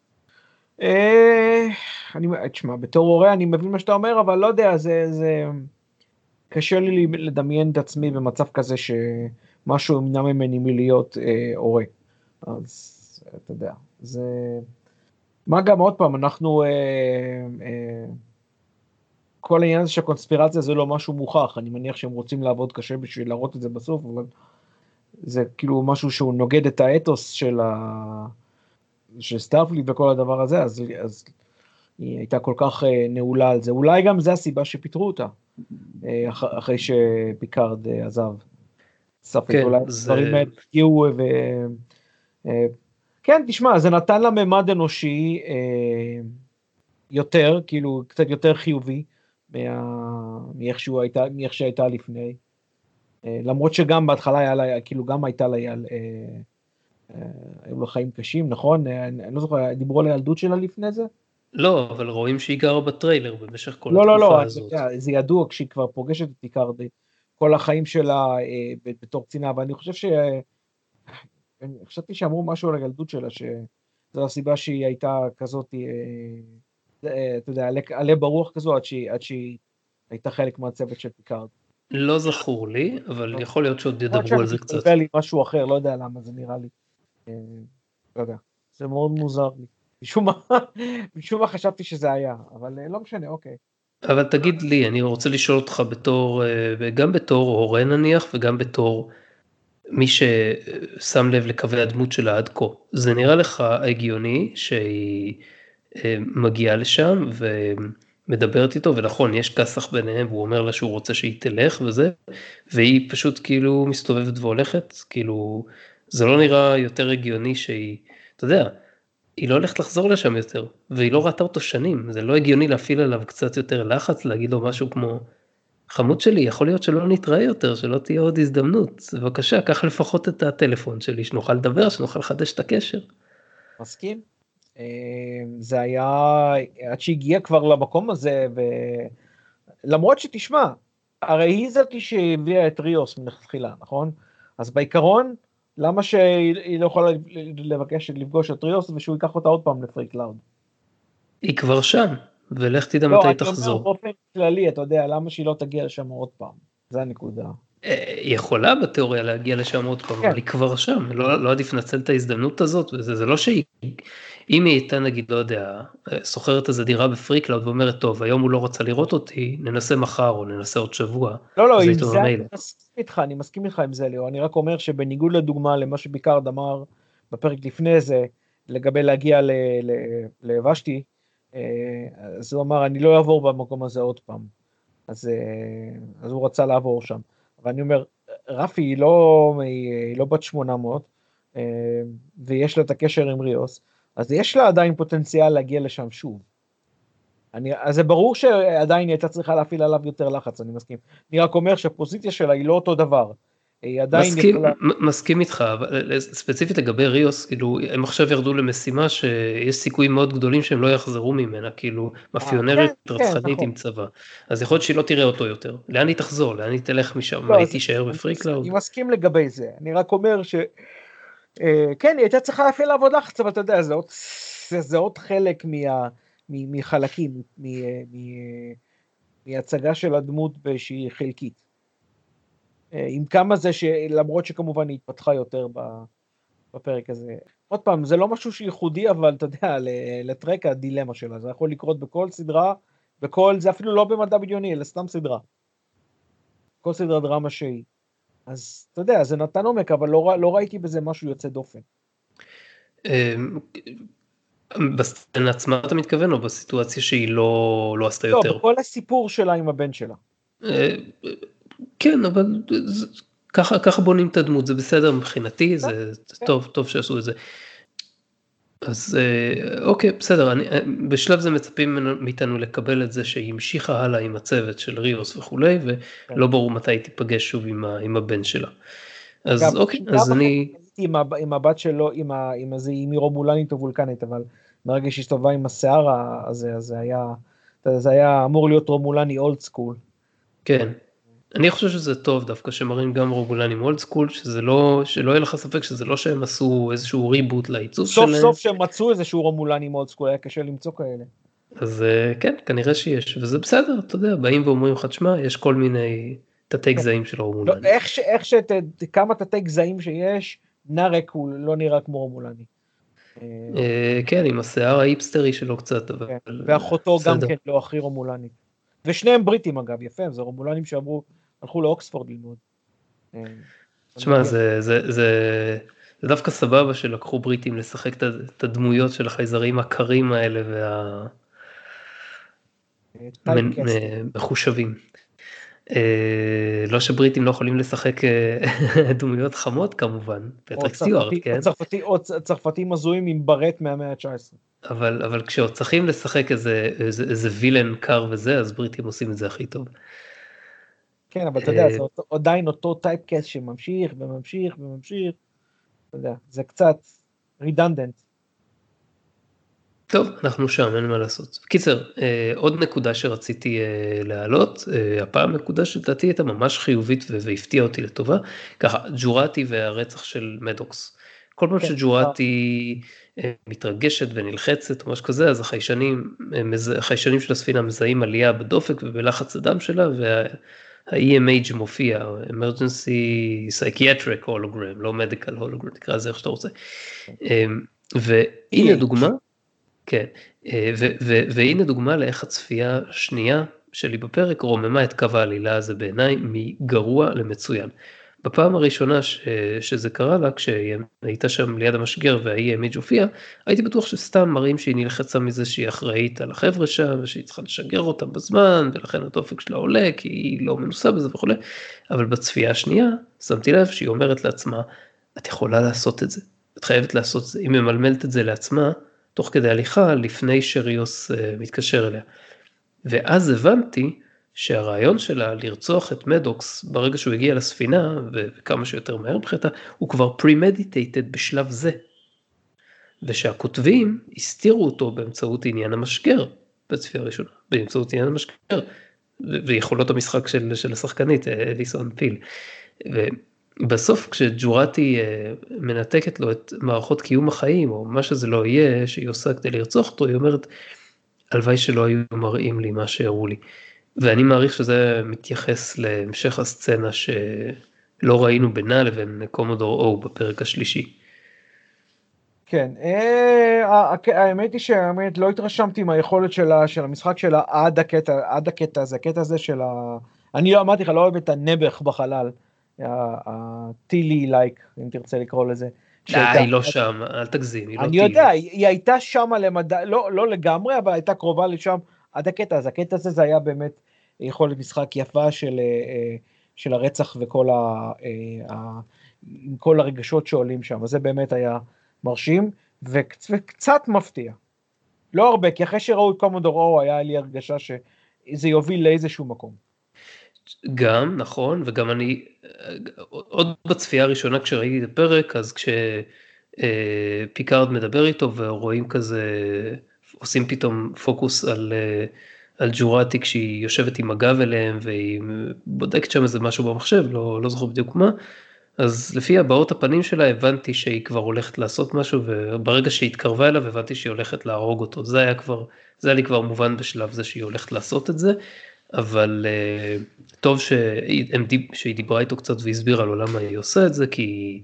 תשמע, בתור הורה אני מבין מה שאתה אומר, אבל לא יודע, זה קשה לי לדמיין את עצמי במצב כזה שמשהו ימנע ממני מלהיות הורה. אז אתה יודע, זה... מה גם עוד פעם, אנחנו... כל העניין הזה של הקונספירציה זה לא משהו מוכח, אני מניח שהם רוצים לעבוד קשה בשביל להראות את זה בסוף, אבל זה כאילו משהו שהוא נוגד את האתוס של סטארפליט וכל הדבר הזה, אז היא הייתה כל כך נעולה על זה. אולי גם זה הסיבה שפיטרו אותה, אחרי שפיקארד עזב. כן, אולי דברים הגיעו כן, תשמע, זה נתן לה ממד אנושי יותר, כאילו קצת יותר חיובי, מאיך שהייתה לפני. למרות שגם בהתחלה היה לה, כאילו גם הייתה לה, היו לה חיים קשים, נכון? אני לא זוכר, דיברו על הילדות שלה לפני זה? לא, אבל רואים שהיא גרה בטריילר במשך כל התקופה הזאת. לא, זה ידוע, כשהיא כבר פוגשת את פיקארד, כל החיים שלה בתור קצינה, ואני חושב חשבתי שאמרו משהו על הילדות שלה, שזו הסיבה שהיא הייתה כזאת, אתה יודע, עלה ברוח כזו, עד שהיא הייתה חלק מהצוות של פיקארד. לא זכור לי, אבל יכול להיות שעוד ידברו על זה קצת. זה לי משהו אחר, לא יודע למה, זה נראה לי. לא יודע, זה מאוד מוזר לי. משום מה חשבתי שזה היה, אבל לא משנה, אוקיי. אבל תגיד לי, אני רוצה לשאול אותך גם בתור הורה נניח, וגם בתור מי ששם לב לקווי הדמות שלה עד כה. זה נראה לך הגיוני שהיא מגיעה לשם ומדברת איתו, ונכון, יש כסח ביניהם, והוא אומר לה שהוא רוצה שהיא תלך וזה, והיא פשוט כאילו מסתובבת והולכת, כאילו, זה לא נראה יותר הגיוני שהיא, אתה יודע, היא לא הולכת לחזור לשם יותר, והיא לא ראתה אותו שנים, זה לא הגיוני להפעיל עליו קצת יותר לחץ, להגיד לו משהו כמו, חמוד שלי, יכול להיות שלא נתראה יותר, שלא תהיה עוד הזדמנות, בבקשה, קח לפחות את הטלפון שלי, שנוכל לדבר, שנוכל לחדש את הקשר. מסכים? זה היה, עד שהגיע כבר למקום הזה, למרות שתשמע, הרי היא זאתי שהביאה את ריוס מלכתחילה, נכון? אז בעיקרון, למה שהיא לא יכולה לבקש לפגוש את ריוס, ושהוא ייקח אותה עוד פעם לפרי קלאוד? היא כבר שם, ולך תדע מתי תחזור. לא, אני אומר באופן כללי, אתה יודע, למה שהיא לא תגיע לשם עוד פעם? זה הנקודה. היא יכולה בתיאוריה להגיע לשם עוד פעם, אבל היא כבר שם, לא עדיף לנצל את ההזדמנות הזאת, וזה לא שהיא, אם היא הייתה נגיד, לא יודע, סוחרת איזה דירה בפרי קלאוד, ואומרת, טוב, היום הוא לא רוצה לראות אותי, ננסה מחר או ננסה עוד שבוע. לא, עם זה אני מסכים איתך עם זה, ליאור, אני רק אומר שבניגוד לדוגמה למה שביקארד אמר בפרק לפני זה, לגבי להגיע לבשתי, אז הוא אמר, אני לא אעבור במקום הזה עוד פעם, אז הוא רצה לעבור שם. אבל אני אומר, רפי היא לא בת 800, ויש לה את הקשר עם ריוס, אז יש לה עדיין פוטנציאל להגיע לשם שוב. אז זה ברור שעדיין היא הייתה צריכה להפעיל עליו יותר לחץ, אני מסכים. אני רק אומר שהפוזיציה שלה היא לא אותו דבר. מסכים איתך, אבל ספציפית לגבי ריוס, כאילו, הם עכשיו ירדו למשימה שיש סיכויים מאוד גדולים שהם לא יחזרו ממנה, כאילו, מאפיונרית רצחנית עם צבא. אז יכול להיות שהיא לא תראה אותו יותר. לאן היא תחזור? לאן היא תלך משם? מה, היא תישאר בפריקלאוד? אני מסכים לגבי זה. אני רק אומר ש... כן, היא הייתה צריכה להפעיל לעבוד לחץ, אבל אתה יודע, זה עוד חלק מחלקים, מהצגה של הדמות שהיא חלקית. עם כמה זה למרות שכמובן היא התפתחה יותר בפרק הזה. עוד פעם, זה לא משהו שייחודי, אבל אתה יודע, לטרק הדילמה שלה, זה יכול לקרות בכל סדרה, זה אפילו לא במדע בדיוני, אלא סתם סדרה. כל סדרה דרמה שהיא. אז אתה יודע, זה נתן עומק, אבל לא ראיתי בזה משהו יוצא דופן. בסצנה עצמה אתה מתכוון, או בסיטואציה שהיא לא עשתה יותר? לא, בכל הסיפור שלה עם הבן שלה. כן, אבל ככה בונים את הדמות, זה בסדר מבחינתי, זה טוב שעשו את זה. אז אוקיי, בסדר, בשלב זה מצפים מאיתנו לקבל את זה שהיא המשיכה הלאה עם הצוות של ריוס וכולי, ולא ברור מתי היא תיפגש שוב עם הבן שלה. אז אוקיי, אז אני... עם הבת שלו, עם רומולנית או וולקנית, אבל ברגע שהסתובבה עם השיער הזה, זה היה אמור להיות רומולני אולד סקול. כן. אני חושב שזה טוב דווקא שמראים גם רומולנים אולד סקול, שלא יהיה לך ספק שזה לא שהם עשו איזשהו ריבוט לעיצוב שלהם. סוף סוף שהם מצאו איזשהו רומולנים אולד סקול, היה קשה למצוא כאלה. אז כן, כנראה שיש, וזה בסדר, אתה יודע, באים ואומרים לך, תשמע, יש כל מיני תתי גזעים של רומולנים. כמה תתי גזעים שיש, נרק הוא לא נראה כמו רומולני. כן, עם השיער האיפסטרי שלו קצת, אבל... ואחותו גם כן לא הכי רומולני. ושניהם בריטים אגב, יפה, זה רומולנים הלכו לאוקספורד ללמוד. תשמע, זה דווקא סבבה שלקחו בריטים לשחק את הדמויות של החייזרים הקרים האלה והמחושבים. לא שבריטים לא יכולים לשחק דמויות חמות כמובן, פטריק סטיוארט, כן? או צרפתים הזויים עם ברט מהמאה ה-19. אבל כשעוד צריכים לשחק איזה וילן קר וזה, אז בריטים עושים את זה הכי טוב. כן, אבל אתה יודע, זה עדיין אותו טייפקאסט שממשיך וממשיך וממשיך, אתה יודע, זה קצת רידנדנט. טוב, אנחנו שם, אין מה לעשות. קיצר, עוד נקודה שרציתי להעלות, הפעם נקודה שלדעתי הייתה ממש חיובית והפתיעה אותי לטובה, ככה, ג'ורטי והרצח של מדוקס. כל פעם שג'ורטי מתרגשת ונלחצת או משהו כזה, אז החיישנים של הספינה מזהים עלייה בדופק ובלחץ הדם שלה, וה-EMH מופיע, Emergency Psychiatric Hologram, לא Medical Hologram, תקרא זה איך שאתה רוצה. והנה דוגמה, כן, והנה דוגמה לאיך הצפייה השנייה שלי בפרק רוממה את קו העלילה הזה בעיניי מגרוע למצוין. בפעם הראשונה שזה קרה לה, כשהייתה שם ליד המשגר וה-EMH הופיע, הייתי בטוח שסתם מראים שהיא נלחצה מזה שהיא אחראית על החבר'ה שם, ושהיא צריכה לשגר אותם בזמן, ולכן הדופק שלה עולה, כי היא לא מנוסה בזה וכו'. אבל בצפייה השנייה, שמתי לב שהיא אומרת לעצמה, את יכולה לעשות את זה, את חייבת לעשות את זה, היא ממלמלת את זה לעצמה, תוך כדי הליכה, לפני שריוס מתקשר אליה. ואז הבנתי שהרעיון שלה לרצוח את מדוקס ברגע שהוא הגיע לספינה, וכמה שיותר מהר מבחינתה, הוא כבר premeditated בשלב זה. ושהכותבים הסתירו אותו באמצעות עניין המשגר, בצפייה הראשונה, באמצעות עניין המשגר, ויכולות המשחק של השחקנית, אליסון פיל. ובסוף כשג'ורטי מנתקת לו את מערכות קיום החיים, או מה שזה לא יהיה, שהיא עושה כדי לרצוח אותו, היא אומרת, הלוואי שלא היו מראים לי מה שהראו לי. ואני מעריך שזה מתייחס להמשך הסצנה שלא ראינו בינה לבין קומודור או בפרק השלישי. כן, האמת היא שהאמת לא התרשמתי מהיכולת של המשחק שלה עד הקטע הזה של אני לא אמרתי לך, לא אוהב את הנבח בחלל, הטילי לייק, אם תרצה לקרוא לזה. היא לא שם, אל תגזים, היא לא טילי. אני יודע, היא הייתה שם למדע, לא לגמרי, אבל הייתה קרובה לשם עד הקטע הזה. הקטע הזה זה היה באמת יכולת משחק יפה של הרצח וכל עם כל הרגשות שעולים שם, אז זה באמת היה מרשים וקצת מפתיע. לא הרבה, כי אחרי שראו את קומודור או, היה לי הרגשה שזה יוביל לאיזשהו מקום. גם, נכון, וגם אני, עוד בצפייה הראשונה כשראיתי את הפרק, אז כשפיקארד מדבר איתו ורואים כזה, עושים פתאום פוקוס על ג'ורתי כשהיא יושבת עם הגב אליהם, והיא בודקת שם איזה משהו במחשב, לא זוכר בדיוק מה, אז לפי הבעות הפנים שלה הבנתי שהיא כבר הולכת לעשות משהו, וברגע שהיא התקרבה אליו הבנתי שהיא הולכת להרוג אותו, זה היה לי כבר מובן בשלב זה שהיא הולכת לעשות את זה, אבל טוב שהיא דיברה איתו קצת והסבירה לו למה היא עושה את זה, כי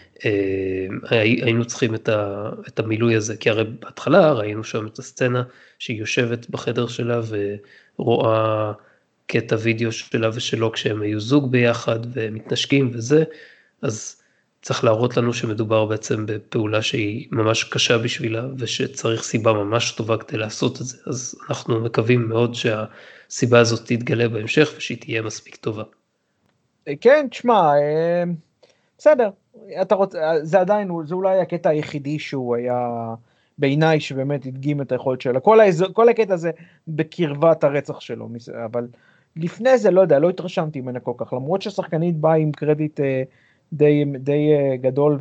היינו צריכים את המילוי הזה, כי הרי בהתחלה ראינו שם את הסצנה שהיא יושבת בחדר שלה ורואה קטע וידאו שלה ושלו כשהם היו זוג ביחד ומתנשקים וזה, אז צריך להראות לנו שמדובר בעצם בפעולה שהיא ממש קשה בשבילה ושצריך סיבה ממש טובה כדי לעשות את זה, אז אנחנו מקווים מאוד שהסיבה הזאת תתגלה בהמשך ושהיא תהיה מספיק טובה. כן, תשמע, בסדר, אתה רוצה, זה עדיין, זה אולי הקטע היחידי שהוא היה בעיניי שבאמת הדגים את היכולת שלה, כל הקטע הזה בקרבת הרצח שלו, אבל לפני זה לא יודע, לא התרשמתי ממנה כל כך, למרות ששחקנית באה עם קרדיט די גדול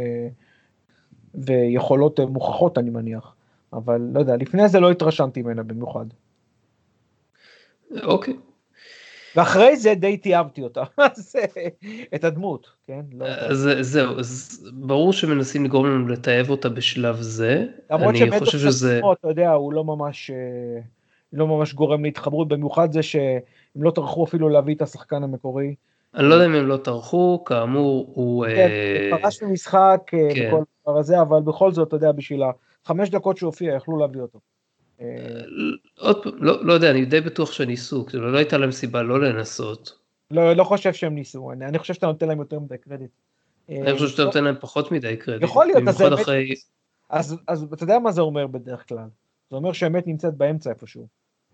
ויכולות מוכחות אני מניח, אבל לא יודע, לפני זה לא התרשמתי ממנה במיוחד. אוקיי. ואחרי זה די תיאבתי אותה, את הדמות, כן? זהו, אז ברור שמנסים לגרום לנו לתאהב אותה בשלב זה, למרות שבטח ספרות, אתה יודע, הוא לא ממש גורם להתחברות, במיוחד זה שהם לא טרחו אפילו להביא את השחקן המקורי. אני לא יודע אם הם לא טרחו, כאמור הוא... כן, פרש במשחק וכל דבר הזה, אבל בכל זאת, אתה יודע, בשביל 5 דקות שהוא הופיע, יכלו להביא אותו. עוד פעם, לא יודע, אני די בטוח שניסו, לא הייתה להם סיבה לא לנסות. לא חושב שהם ניסו, אני חושב שאתה נותן להם יותר מדי קרדיט. אני חושב שאתה נותן להם פחות מדי קרדיט. יכול להיות, אז אתה יודע מה זה אומר בדרך כלל? זה אומר שהאמת נמצאת באמצע איפשהו.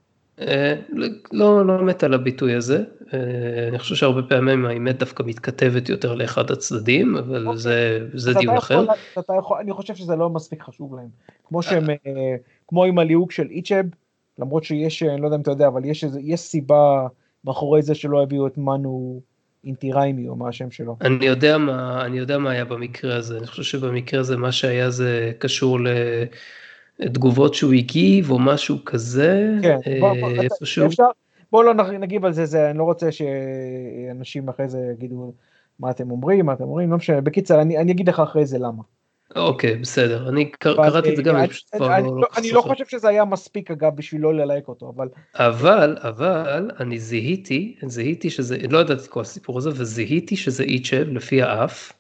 לא מת על הביטוי הזה, אני חושב שהרבה פעמים האמת דווקא מתכתבת יותר לאחד הצדדים, אבל זה דיון אחר. אני חושב שזה לא מספיק חשוב להם, כמו עם הליהוק של איצ'ב, למרות שיש, אני לא יודע אם אתה יודע, אבל יש סיבה מאחורי זה שלא הביאו את מנו אינטיריימי או מה השם שלו. אני יודע מה היה במקרה הזה, אני חושב שבמקרה הזה מה שהיה זה קשור תגובות שהוא הגיב או משהו כזה. כן, בוא לא נגיב על זה, אני לא רוצה שאנשים אחרי זה יגידו מה אתם אומרים, לא משנה, בקיצר, אני אגיד לך אחרי זה למה. אוקיי, בסדר, אני קראתי את זה גם, אני לא חושב שזה היה מספיק אגב בשביל לא ללהק אותו, אבל אני זיהיתי שזה, לא ידעתי כל הסיפור הזה, וזיהיתי שזה איצ'ב לפי האף,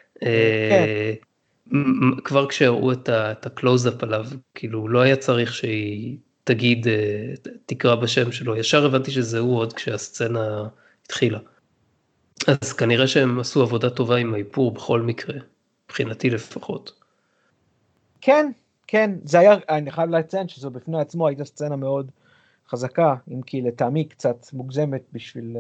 כבר כשהראו את הקלוז-אפ עליו, כאילו לא היה צריך שהיא תגיד, תקרא בשם שלו, ישר הבנתי שזה הוא עוד כשהסצנה התחילה. אז כנראה שהם עשו עבודה טובה עם האיפור בכל מקרה, מבחינתי לפחות. כן, זה היה, אני חייב לציין שזו בפני עצמו הייתה סצנה מאוד חזקה, אם כי לטעמי קצת מוגזמת בשביל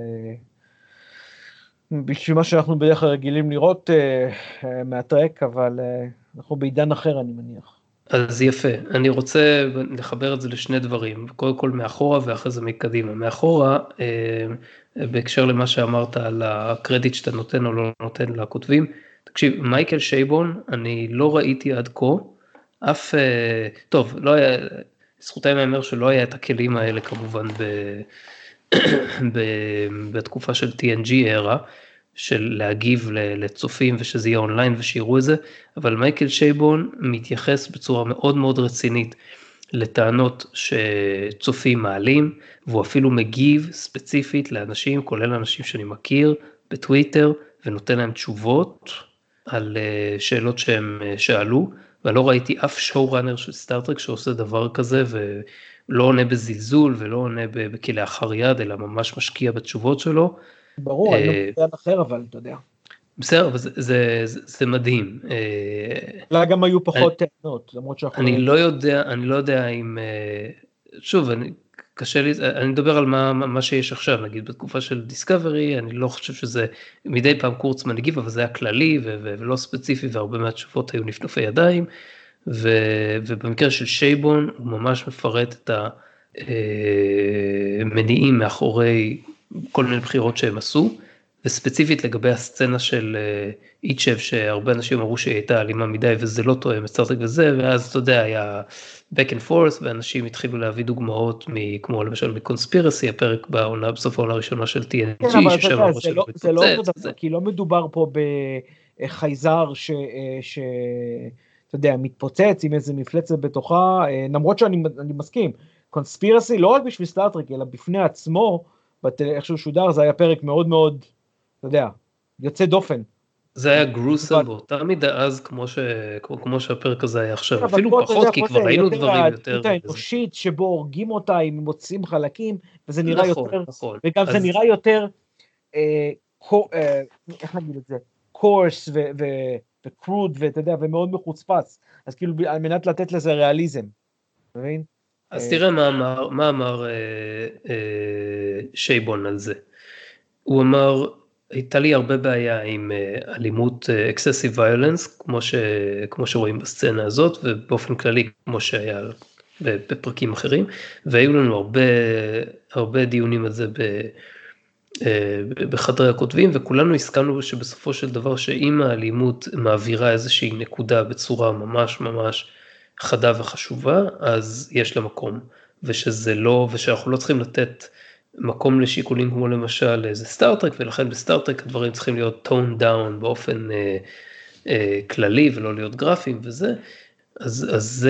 מה שאנחנו בדרך כלל רגילים לראות מהטרק, אבל אנחנו בעידן אחר אני מניח. אז יפה, אני רוצה לחבר את זה לשני דברים, קודם כל מאחורה ואחרי זה מקדימה. מאחורה, בהקשר למה שאמרת על הקרדיט שאתה נותן או לא נותן לכותבים, תקשיב, מייקל שייבון, אני לא ראיתי עד כה, טוב, לא היה, זכותיים האמר שלא היה את הכלים האלה כמובן בתקופה של TNG era, של להגיב לצופים ושזה יהיה אונליין ושיראו את זה, אבל מייקל שייבון מתייחס בצורה מאוד מאוד רצינית לטענות שצופים מעלים, והוא אפילו מגיב ספציפית לאנשים, כולל אנשים שאני מכיר בטוויטר, ונותן להם תשובות על שאלות שהם שאלו, ולא ראיתי אף שואו-ראנר של סטארטרק שעושה דבר כזה, ולא עונה בזלזול ולא עונה בכלאחר יד, אלא ממש משקיע בתשובות שלו. ברור, אני לא יודע אחר, אבל אתה יודע. בסדר, אבל זה מדהים. אולי גם היו פחות טענות, למרות שאנחנו... אני לא יודע אם... שוב, קשה לי, אני מדבר על מה שיש עכשיו, נגיד בתקופה של דיסקאברי, אני לא חושב שזה מדי פעם קורצמן הגיב, אבל זה היה כללי ולא ספציפי, והרבה מהתשובות היו נפנופי ידיים, ובמקרה של שייבון הוא ממש מפרט את המניעים מאחורי כל מיני בחירות שהם עשו, וספציפית לגבי הסצנה של איצ'ב, שהרבה אנשים אמרו שהיא הייתה אלימה מדי וזה לא תואם את סטארטרק וזה, ואז אתה יודע היה back and forth, ואנשים התחילו להביא דוגמאות כמו למשל מקונספירסי, הפרק בסוף העונה הראשונה של TNG, כן, אבל אתה יודע, זה לא אותו דבר, כי לא מדובר פה בחייזר אתה יודע, מתפוצץ עם איזה מפלצת בתוכה, למרות שאני מסכים, קונספירסי לא רק בשביל סטארטרק, אלא בפני עצמו, איך שהוא שודר, זה היה פרק מאוד מאוד, אתה יודע, יוצא דופן. זה היה גרוסם באותה מידה אז, כמו שהפרק הזה היה עכשיו, אפילו פחות, כי כבר ראינו דברים יותר. הדמות האנושית שבו הורגים אותה, אם מוצאים חלקים, וזה נראה יותר, וגם זה נראה יותר, איך נגיד את זה, קורס וקרוד, ואתה יודע, ומאוד מחוצפס, אז כאילו על מנת לתת לזה ריאליזם, מבין? אז תראה מה אמר שייבון על זה. הוא אמר, הייתה לי הרבה בעיה עם אלימות excessive violence, כמו שרואים בסצנה הזאת, ובאופן כללי כמו שהיה בפרקים אחרים, והיו לנו הרבה דיונים על זה בחדרי הכותבים, וכולנו הסכמנו שבסופו של דבר שאם האלימות מעבירה איזושהי נקודה בצורה ממש ממש חדה וחשובה, אז יש לה מקום, ושאנחנו לא צריכים לתת מקום לשיקולים כמו למשל איזה סטארטרק, ולכן בסטארטרק הדברים צריכים להיות toned down באופן כללי ולא להיות גרפיים וזה, אז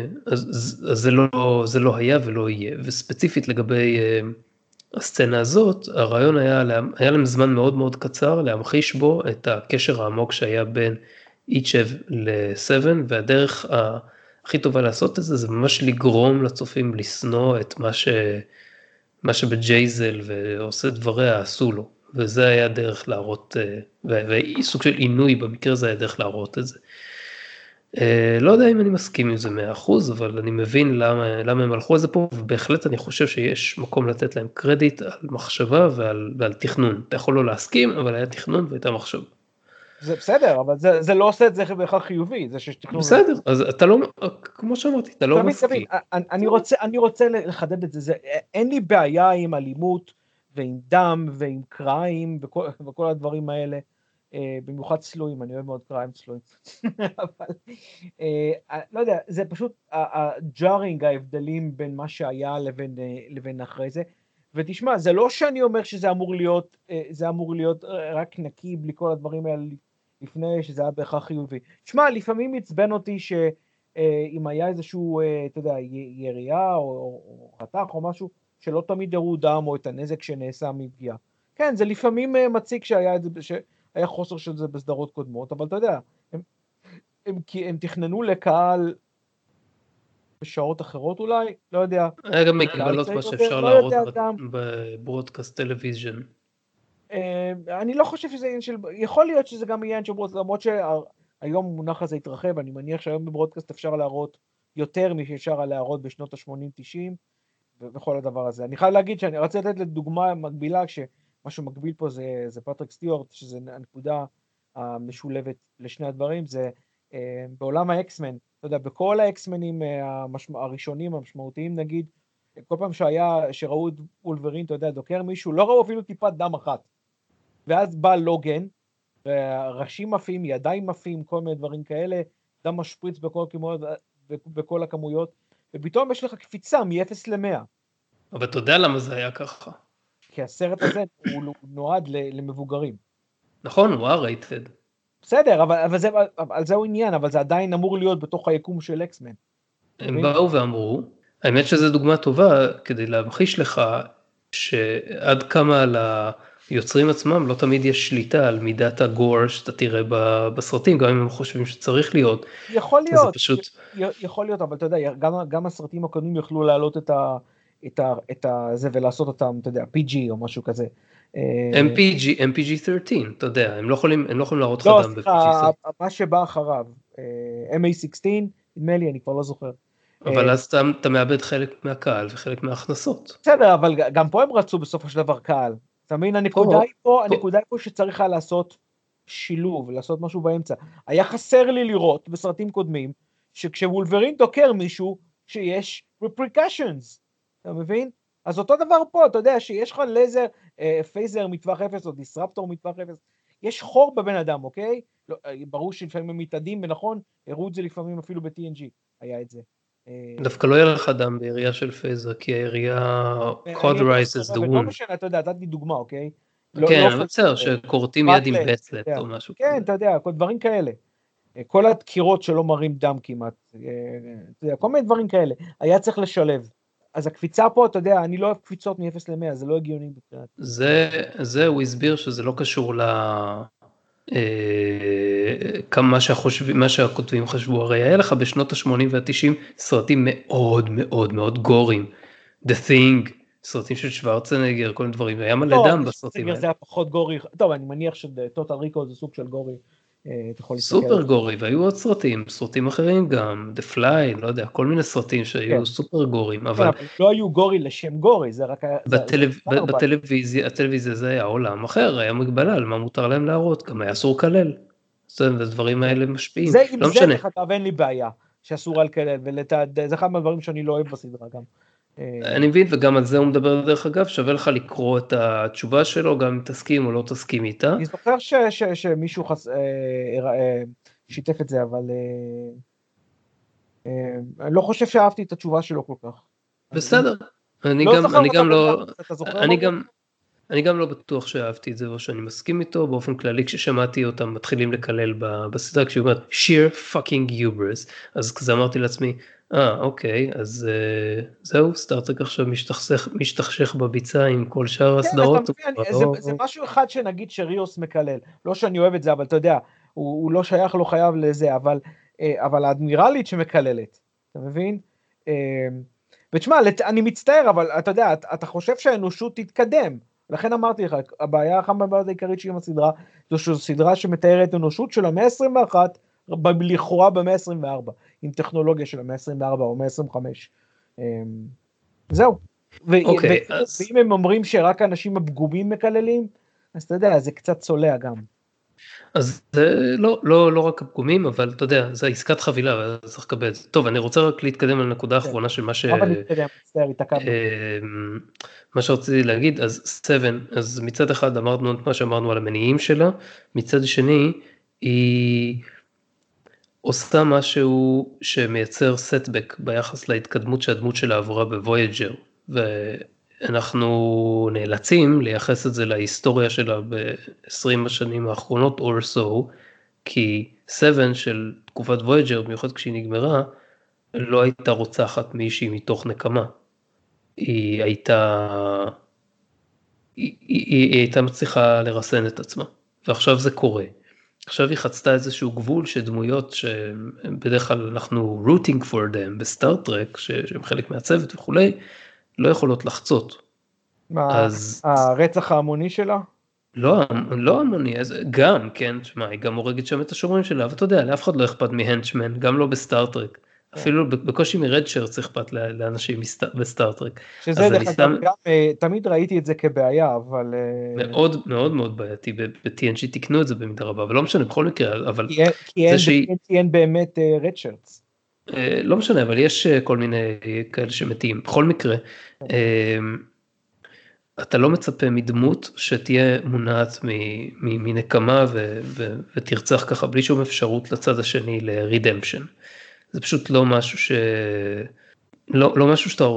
זה לא היה ולא יהיה, וספציפית לגבי הסצנה הזאת, הרעיון היה להם זמן מאוד מאוד קצר להמחיש בו את הקשר העמוק שהיה בין איצ'ב ל-7, והדרך הכי טובה לעשות את זה, זה ממש לגרום לצופים לשנוא את מה שבג'ייזל ועושה דבריה עשו לו, וזה היה דרך להראות, וסוג של עינוי במקרה זה היה דרך להראות את זה. לא יודע אם אני מסכים עם זה 100%, אבל אני מבין למה הם הלכו על זה פה, ובהחלט אני חושב שיש מקום לתת להם קרדיט על מחשבה ועל תכנון. אתה יכול לא להסכים, אבל היה תכנון והייתה מחשבה. זה בסדר, אבל זה לא עושה את זה בכלל חיובי, זה שיש תכנון. בסדר, אז אתה לא, כמו שאמרתי, אתה לא מסכים. אני רוצה לחדד את זה, אין לי בעיה עם אלימות ועם דם ועם קריים וכל הדברים האלה, במיוחד צלויים, אני אוהב מאוד קריים צלויים, אבל לא יודע, זה פשוט הג'ארינג, ההבדלים בין מה שהיה לבין אחרי זה, ותשמע, זה לא שאני אומר שזה אמור להיות רק נקי בלי כל הדברים האלה לפני שזה היה בהכרח חיובי. תשמע, לפעמים עצבן אותי שאם היה איזשהו, אתה יודע, ירייה או רתח או משהו, שלא תמיד יראו דם או את הנזק שנעשה מפגיעה. כן, זה לפעמים מציק שהיה חוסר של זה בסדרות קודמות, אבל אתה יודע, הם תכננו לקהל בשעות אחרות אולי, לא יודע. היה גם מגבלות מה שאפשר להראות בברודקאסט טלוויזיון. אני לא חושב שזה עניין של, יכול להיות שזה גם עניין של ברודקאסט, למרות שהיום המונח הזה התרחב, אני מניח שהיום בברודקאסט אפשר להראות יותר משאפשר להראות בשנות ה-80-90, וכל הדבר הזה. אני חייב להגיד שאני רוצה לתת לדוגמה מקבילה, כשמה שמקביל פה זה פטריק סטיוארט, שזה הנקודה המשולבת לשני הדברים, זה בעולם האקסמן, אתה יודע, בכל האקסמנים הראשונים המשמעותיים, נגיד, כל פעם שראו את וולברין, אתה יודע, דוקר מישהו, לא ראו אפילו טיפת דם אחת. ואז בא לוגן, ראשים מפים, ידיים מפים, כל מיני דברים כאלה, דם משפריץ בכל הכמויות, ופתאום יש לך קפיצה מ-0 ל-100. אבל אתה יודע למה זה היה ככה? כי הסרט הזה הוא נועד למבוגרים. נכון, הוא R-rated. בסדר, אבל זהו עניין, אבל זה עדיין אמור להיות בתוך היקום של אקסמן. הם באו ואמרו, האמת שזו דוגמה טובה כדי להמחיש לך שעד כמה ליוצרים עצמם לא תמיד יש שליטה על מידת הגור שאתה תראה בסרטים, גם אם הם חושבים שצריך להיות. יכול להיות, אבל אתה יודע, גם הסרטים הקודמים יכלו להעלות את זה ולעשות אותם, אתה יודע, PG או משהו כזה. MPG-13, אתה יודע, הם לא יכולים להראות לך דם ב-PG. לא, מה שבא אחריו, MA16, נדמה לי, אני כבר לא זוכר. אבל אז אתה מאבד חלק מהקהל וחלק מההכנסות. בסדר, אבל גם פה הם רצו בסופו של דבר קהל. אתה מבין, הנקודה היא פה שצריך היה לעשות שילוב, לעשות משהו באמצע. היה חסר לי לראות בסרטים קודמים, שכשוולברין דוקר מישהו, שיש repercussions, אתה מבין? אז אותו דבר פה, אתה יודע שיש לך לייזר, פייזר מטווח 0 או דיסרפטור מטווח 0, יש חור בבן אדם, אוקיי? לא, ברור שלפעמים הם מתאדים, ונכון, הראו את זה לפעמים אפילו ב-TNG, היה את זה. דווקא לא יהיה לך דם בירייה של פייזר, כי הירייה cauterizes the לא wound. משנה, אתה יודע, נתתי דוגמה, אוקיי? כן, אבל בסדר, שקורטים יד עם בצלט או משהו. כן, אתה יודע, כל דברים כאלה. כל הדקירות שלא מראים דם כמעט, כל מיני דברים כאלה. היה צריך לשלב. אז הקפיצה פה, אתה יודע, אני לא אוהב קפיצות מ-0 ל-100, זה לא הגיוני. זה הוא הסביר שזה לא קשור מה שהכותבים חשבו, הרי היה לך בשנות ה-80 וה-90 סרטים מאוד מאוד מאוד גורים, The Thing, סרטים של שוורצנגר, כל מיני דברים, היה מלא דם בסרטים האלה. זה היה פחות גורי, טוב, אני מניח שטוטל ריקו זה סוג של גורי, סופר גורי, והיו עוד סרטים אחרים גם, The Fly, לא יודע, כל מיני סרטים שהיו סופר גורים, אבל לא היו גורי לשם גורי, זה רק היה... בטלוויזיה זה היה עולם אחר, היה מגבלה על מה מותר להם להראות, גם היה אסור כלל, הדברים האלה משפיעים, לא משנה. זה כתב, אין לי בעיה, שאסור על כלל, זה אחד מהדברים שאני לא אוהב בסדרה גם. אני מבין, וגם על זה הוא מדבר דרך אגב, שווה לך לקרוא את התשובה שלו, גם אם תסכים או לא תסכים איתה. אני זוכר שמישהו שיתף את זה, אבל אני לא חושב שאהבתי את התשובה שלו כל כך. בסדר, אני גם לא בטוח שאהבתי את זה, או שאני מסכים איתו, באופן כללי כששמעתי אותם מתחילים לקלל בסדרה, כשהוא אומר, sheer fucking hubris, אז כזה אמרתי לעצמי, אוקיי, אז זהו, סטארטרק עכשיו משתכשך בביצה עם כל שאר הסדרות. זה משהו אחד שנגיד שריוס מקלל, לא שאני אוהב את זה, אבל אתה יודע, הוא לא שייך, לא חייב לזה, אבל האדמירלית שמקללת, אתה מבין? ותשמע, אני מצטער, אבל אתה יודע, אתה חושב שהאנושות תתקדם, לכן אמרתי לך, הבעיה אחת מהבעיות העיקרית שהיא עם הסדרה, זו סדרה שמתארת אנושות של המאה ה-21, לכאורה במאה ה-24, עם טכנולוגיה של המאה ה-24 או מאה ה-25. זהו. ואם הם אומרים שרק האנשים הפגומים מקללים, אז אתה יודע, זה קצת צולע גם. אז זה לא רק הפגומים, אבל אתה יודע, זה עסקת חבילה, צריך לקבל. טוב, אני רוצה רק להתקדם על נקודה האחרונה של מה שרציתי להגיד, אז 7, אז מצד אחד אמרנו את מה שאמרנו על המניעים שלה, מצד שני, היא עושה משהו שמייצר סטבק ביחס להתקדמות שהדמות שלה עבורה בוויג'ר, ואנחנו נאלצים לייחס את זה להיסטוריה שלה ב-20 השנים האחרונות or so, כי 7 של תקופת וויג'ר, במיוחד כשהיא נגמרה, לא הייתה רוצחת מישהי מתוך נקמה. היא הייתה מצליחה לרסן את עצמה, ועכשיו זה קורה. עכשיו היא חצתה איזשהו גבול שדמויות שבדרך כלל אנחנו rooting for them בסטארטרק, שהם חלק מהצוות וכולי, לא יכולות לחצות. הרצח ההמוני שלה? לא המוני, גם, כן, שמה, היא גם הורגת שם את השומרים שלה, אבל אתה יודע, לאף אחד לא אכפת מהנצ'מן, גם לא בסטארטרק. אפילו בקושי מרדשרט אכפת לאנשים בסטארטרק. שזה דרך אגב, תמיד ראיתי את זה כבעיה, אבל... מאוד מאוד מאוד בעייתי, ב-TNG תקנו את זה במידה רבה, אבל לא משנה, בכל מקרה, אבל... כי אין באמת רדשרטס. לא משנה, אבל יש כל מיני כאלה שמתים. בכל מקרה, אתה לא מצפה מדמות שתהיה מונעת מנקמה ותרצח ככה, בלי שום אפשרות לצד השני לרידמפשן. זה פשוט לא משהו לא משהו שאתה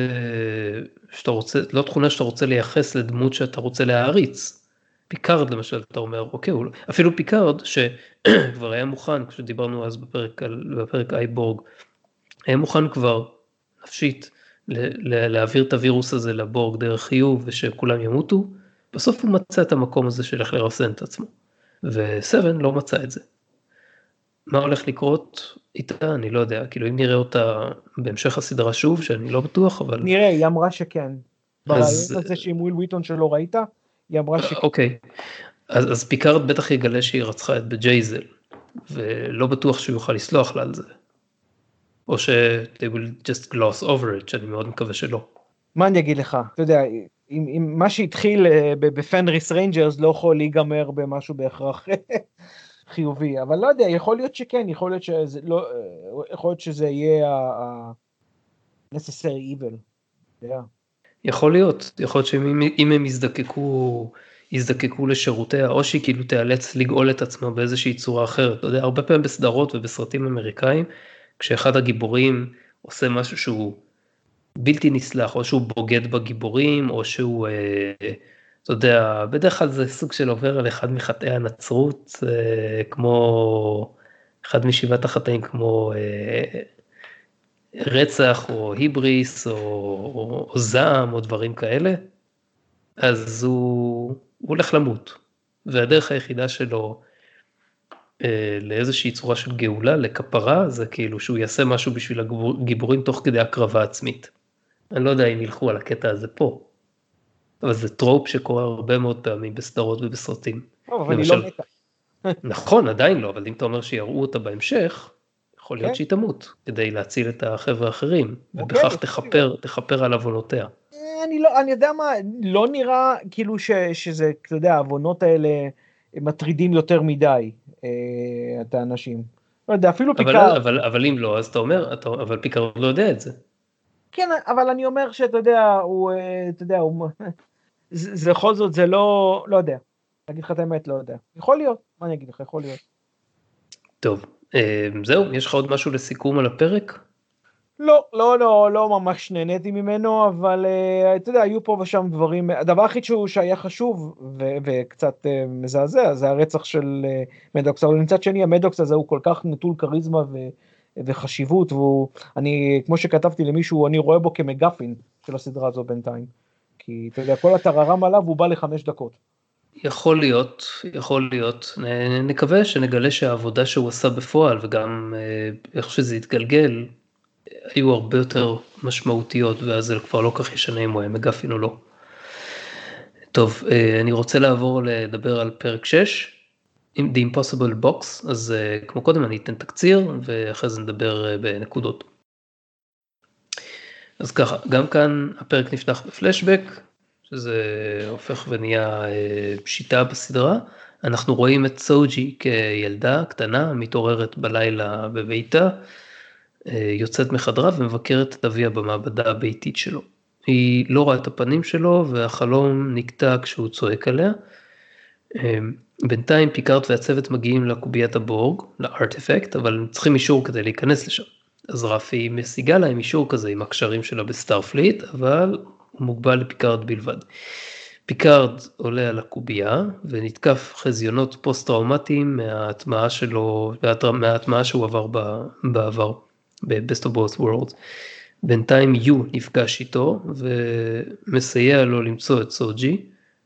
רוצה, לא תכונה שאתה רוצה לייחס לדמות שאתה רוצה להעריץ. פיקארד למשל, אתה אומר, אוקיי, אפילו פיקארד שכבר היה מוכן, כשדיברנו אז בפרק אייבורג, היה מוכן כבר נפשית להעביר את הווירוס הזה לבורג דרך חיוב ושכולם ימותו, בסוף הוא מצא את המקום הזה של איך לרסן את עצמו. ו7 לא מצא את זה. מה הולך לקרות איתה? אני לא יודע, כאילו אם נראה אותה בהמשך הסדרה שוב, שאני לא בטוח, אבל... נראה, היא אמרה שכן. ברעיון הזה שעם וויל וויטון שלא ראית, היא אמרה שכן. אוקיי, אז פיקארד בטח יגלה שהיא רצחה את בג'ייזל, ולא בטוח שהוא יוכל לסלוח לה על זה. או they will just gloss over it, שאני מאוד מקווה שלא. מה אני אגיד לך? אתה יודע, אם מה שהתחיל בפנריס ריינג'רס לא יכול להיגמר במשהו בהכרח חיובי, אבל לא יודע, יכול להיות שכן, יכול להיות שזה לא, יכול להיות שזה יהיה necessary evil. Yeah. יכול להיות שאם הם יזדקקו לשירותיה, או שהיא כאילו תיאלץ לגאול את עצמה באיזושהי צורה אחרת. אתה יודע, הרבה פעמים בסדרות ובסרטים אמריקאים, כשאחד הגיבורים עושה משהו שהוא בלתי נסלח, או שהוא בוגד בגיבורים, או שהוא, אתה יודע, בדרך כלל זה סוג של עובר על אחד מחטאי הנצרות, כמו, אחד משבעת החטאים, כמו רצח, או היבריס, או זעם, או דברים כאלה, אז הוא הולך למות, והדרך היחידה שלו, לאיזושהי צורה של גאולה, לכפרה, זה כאילו שהוא יעשה משהו בשביל הגיבורים תוך כדי הקרבה עצמית. אני לא יודע אם ילכו על הקטע הזה פה, אבל זה טרופ שקורה הרבה מאוד פעמים בסדרות ובסרטים. אבל היא לא מתה. נכון, עדיין לא, אבל אם אתה אומר שיראו אותה בהמשך, יכול להיות שהיא תמות, כדי להציל את החבר'ה האחרים, ובכך תכפר על עוונותיה. אני יודע מה, לא נראה כאילו שזה, אתה יודע, העוונות האלה מטרידים יותר מדי את האנשים. לא יודע, אפילו פיקארד. אבל אם לא, אז אתה אומר, אבל פיקארד לא יודע את זה. כן, אבל אני אומר שאתה יודע, זה בכל זאת, זה לא יודע. להגיד לך את האמת, לא יודע. יכול להיות, מה אני אגיד לך, יכול להיות. טוב, זהו, יש לך עוד משהו לסיכום על הפרק? לא ממש נהניתי ממנו, אבל אתה יודע, היו פה ושם דברים, הדבר הכי שהיה חשוב וקצת מזעזע, זה הרצח של מדוקס, אבל מצד שני, המדוקס הזה הוא כל כך נטול קריזמה וחשיבות, ואני, כמו שכתבתי למישהו, אני רואה בו כמגפין של הסדרה הזו בינתיים, כי אתה יודע, כל התררם עליו הוא בא ל5 דקות. יכול להיות, נקווה שנגלה שהעבודה שהוא עשה בפועל, וגם איך שזה יתגלגל, היו הרבה יותר משמעותיות, ואז זה כבר לא כך ישנה אם הוא היה מגפין או לא. טוב, אני רוצה לעבור לדבר על פרק 6, עם The Impossible Box, אז כמו קודם אני אתן תקציר, ואחרי זה נדבר בנקודות. אז ככה, גם כאן הפרק נפתח בפלשבק, שזה הופך ונהיה שיטה בסדרה. אנחנו רואים את סוג'י כילדה קטנה, מתעוררת בלילה בביתה, יוצאת מחדרה ומבקרת את אביה במעבדה הביתית שלו. היא לא רואה את הפנים שלו, והחלום נקטע כשהוא צועק עליה. בינתיים פיקארד והצוות מגיעים לקוביית הבורג, לארטיפקט, אבל הם צריכים אישור כדי להיכנס לשם. אז רפי משיגה להם אישור כזה עם הקשרים שלה בסטארפליט, אבל הוא מוגבל לפיקארד בלבד. פיקארד עולה על הקובייה, ונתקף חזיונות פוסט-טראומטיים מההטמעה שלו, מההטמעה שהוא עבר בעבר, ב-Best of Both Worlds. בינתיים יו נפגש איתו, ומסייע לו למצוא את סוג'י,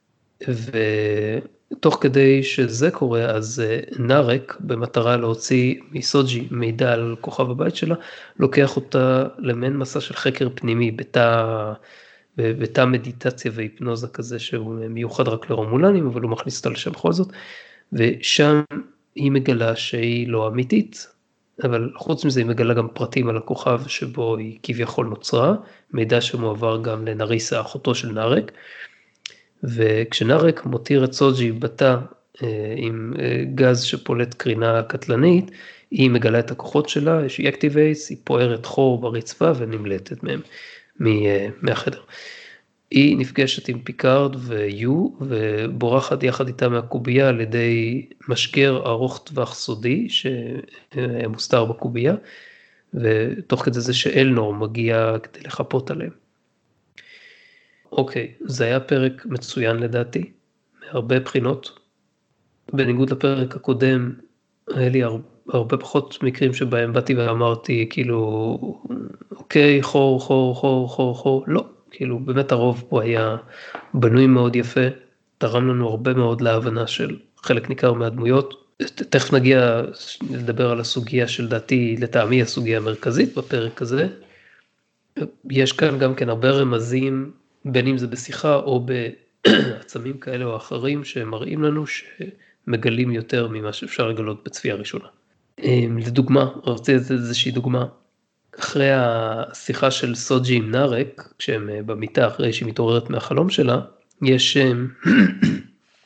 ותוך כדי שזה קורה, אז נארק, במטרה להוציא מסוג'י מידע על כוכב הבית שלה, לוקח אותה למעין מסע של חקר פנימי, בתא מדיטציה והיפנוזה כזה, שהוא מיוחד רק לרומולנים, אבל הוא מכניס אותה לשם בכל זאת, ושם היא מגלה שהיא לא אמיתית, אבל חוץ מזה היא מגלה גם פרטים על הכוכב שבו היא כביכול נוצרה, מידע שמועבר גם לנריסה, אחותו של נארק, וכשנארק מותיר את סוג'י בתא עם גז שפולט קרינה קטלנית, היא מגלה את הכוחות שלה, היא אקטיבייס, היא פוערת חור ברצפה ונמלטת מהם מהחדר. היא נפגשת עם פיקארד ויו, ובורחת יחד איתה מהקובייה על ידי משגר ארוך טווח סודי, שמוסתר בקובייה, ותוך כדי זה שאלנור מגיע כדי לחפות עליהם. אוקיי, זה היה פרק מצוין לדעתי, מהרבה בחינות. בניגוד לפרק הקודם, היה לי הרבה פחות מקרים שבהם באתי ואמרתי, כאילו, אוקיי, חור, לא. כאילו באמת הרוב פה היה בנוי מאוד יפה, תרם לנו הרבה מאוד להבנה של חלק ניכר מהדמויות. תכף נגיע לדבר על הסוגיה של דעתי, לטעמי הסוגיה המרכזית בפרק הזה. יש כאן גם כן הרבה רמזים, בין אם זה בשיחה או בעצמים כאלה או אחרים, שמראים לנו שמגלים יותר ממה שאפשר לגלות בצפייה ראשונה. לדוגמה, רציתי לתת איזושהי דוגמה, אחרי השיחה של סוג'י עם נארק, כשהם במיטה אחרי שהיא מתעוררת מהחלום שלה, יש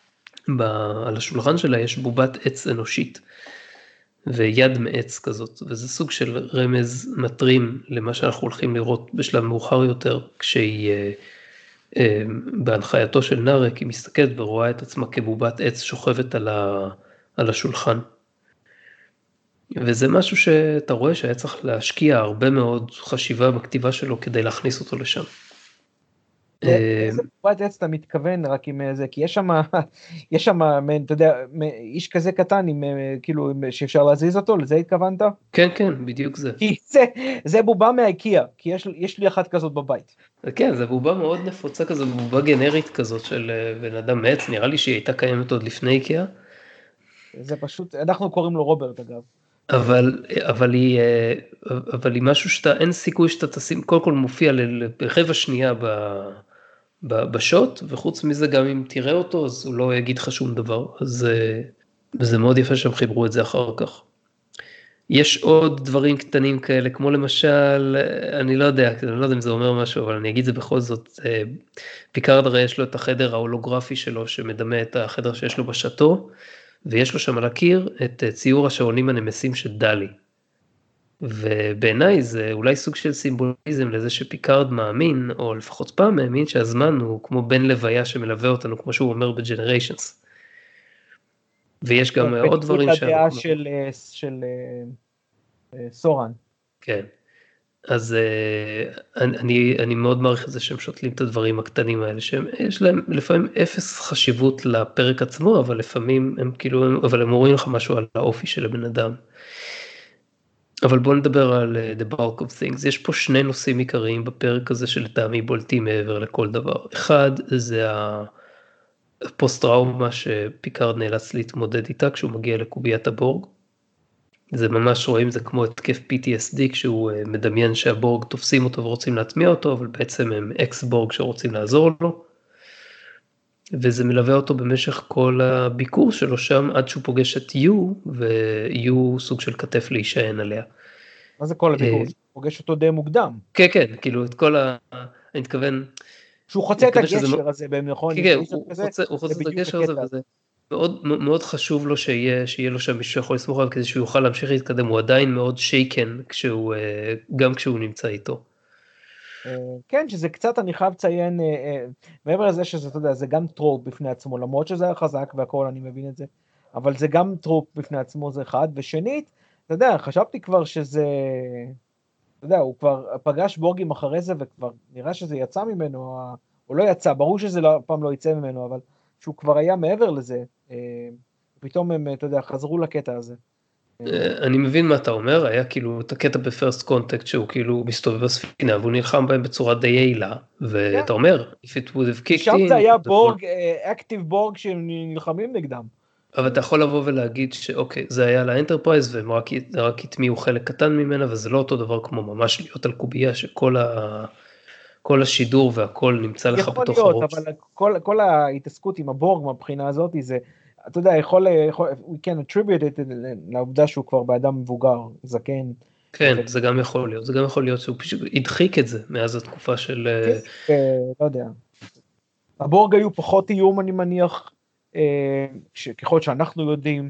על השולחן שלה יש בובת עץ אנושית, ויד מעץ כזאת, וזה סוג של רמז מטרים למה שאנחנו הולכים לראות בשלב מאוחר יותר, כשהיא בהנחייתו של נארק, היא מסתכלת ורואה את עצמה כבובת עץ שוכבת על השולחן. וזה משהו שאתה רואה שהיה צריך להשקיע הרבה מאוד חשיבה בכתיבה שלו כדי להכניס אותו לשם. איזה בובת עץ אתה מתכוון רק עם זה, כי יש שם, אתה יודע, איש כזה קטן, כאילו, שאפשר להזיז אותו, לזה התכוונת? כן, כן, בדיוק זה. כי זה בובה מהאיקאה, כי יש לי אחת כזאת בבית. כן, זה בובה מאוד נפוצה כזאת, בובה גנרית כזאת של בן אדם מעץ, נראה לי שהיא הייתה קיימת עוד לפני איקאה. זה פשוט, אנחנו קוראים לו רוברט אגב. אבל היא משהו אין סיכוי שאתה תשים, קודם כל מופיע ברבע שנייה בשוט, וחוץ מזה גם אם תראה אותו, אז הוא לא יגיד לך שום דבר, אז זה מאוד יפה שהם חיברו את זה אחר כך. יש עוד דברים קטנים כאלה, כמו למשל, אני לא יודע אם זה אומר משהו, אבל אני אגיד זה בכל זאת, פיקארד הרי יש לו את החדר ההולוגרפי שלו, שמדמה את החדר שיש לו בשאטו, ויש לו שם על הקיר את ציור השעונים הנמסים של דלי. ובעיניי זה אולי סוג של סימבוליזם לזה שפיקארד מאמין, או לפחות פעם מאמין שהזמן הוא כמו בן לוויה שמלווה אותנו, כמו שהוא אומר בג'נריישנס. ויש גם עוד דברים בניגוד לדעה של סורן. כן. אז אני מאוד מעריך את זה שהם שותלים את הדברים הקטנים האלה, שיש להם לפעמים אפס חשיבות לפרק עצמו, אבל לפעמים הם כאילו, אבל הם רואים לך משהו על האופי של הבן אדם. אבל בואו נדבר על the bulk of things. יש פה שני נושאים עיקריים בפרק הזה שלטעמי בולטים מעבר לכל דבר. אחד זה הפוסט-טראומה שפיקארד נאלץ להתמודד איתה כשהוא מגיע לקוביית הבורג. זה ממש רואים, זה כמו התקף PTSD, כשהוא מדמיין שהבורג תופסים אותו ורוצים להטמיע אותו, אבל בעצם הם אקס-בורג שרוצים לעזור לו. וזה מלווה אותו במשך כל הביקור שלו שם, עד שהוא פוגש את יו, ויו סוג של כתף להישען עליה. מה זה כל הביקור? פוגש אותו די מוקדם. כן, כן, כאילו את כל אני מתכוון... שהוא חוצה את הגשר הזה, נכון? כן, הוא חוצה את הגשר הזה, וזה מאוד חשוב לו שיהיה לו שם מישהו שיכול לסמוך עליו, כדי שהוא יוכל להמשיך להתקדם, הוא עדיין מאוד שייקן, גם כשהוא נמצא איתו. כן, שזה קצת, אני חייב לציין, מעבר לזה שזה, אתה יודע, זה גם טרופ בפני עצמו, למרות שזה היה חזק והכל, אני מבין את זה, אבל זה גם טרופ בפני עצמו, זה אחד, ושנית, אתה יודע, חשבתי כבר שזה, אתה יודע, הוא כבר פגש בורגים אחרי זה, וכבר נראה שזה יצא ממנו, או לא יצא, ברור שזה פעם לא יצא ממנו, אבל שהוא כבר היה מעבר לזה, פתאום הם, אתה יודע, חזרו לקטע הזה. אני מבין מה אתה אומר, היה כאילו את הקטע בפרסט קונטקט שהוא כאילו מסתובב בספינה והוא נלחם בהם בצורה די יעילה, ואתה אומר, if it would have kicked in... שם זה היה בורג, אקטיב בורג שהם נלחמים נגדם. אבל אתה יכול לבוא ולהגיד שאוקיי, זה היה לאנטרפרייז והם רק התמיעו חלק קטן ממנה, וזה לא אותו דבר כמו ממש להיות על קובייה שכל השידור והכל נמצא לך בתוך הראש. יכול להיות, אבל כל ההתעסקות עם הבורג מהבחינה הזאת, זה... אתה יודע, we can attribute it לעובדה שהוא כבר באדם מבוגר, זקן. כן, זה גם יכול להיות שהוא פשוט הדחיק את זה מאז התקופה של... לא יודע. הבורג היו פחות איום, אני מניח, ככל שאנחנו יודעים,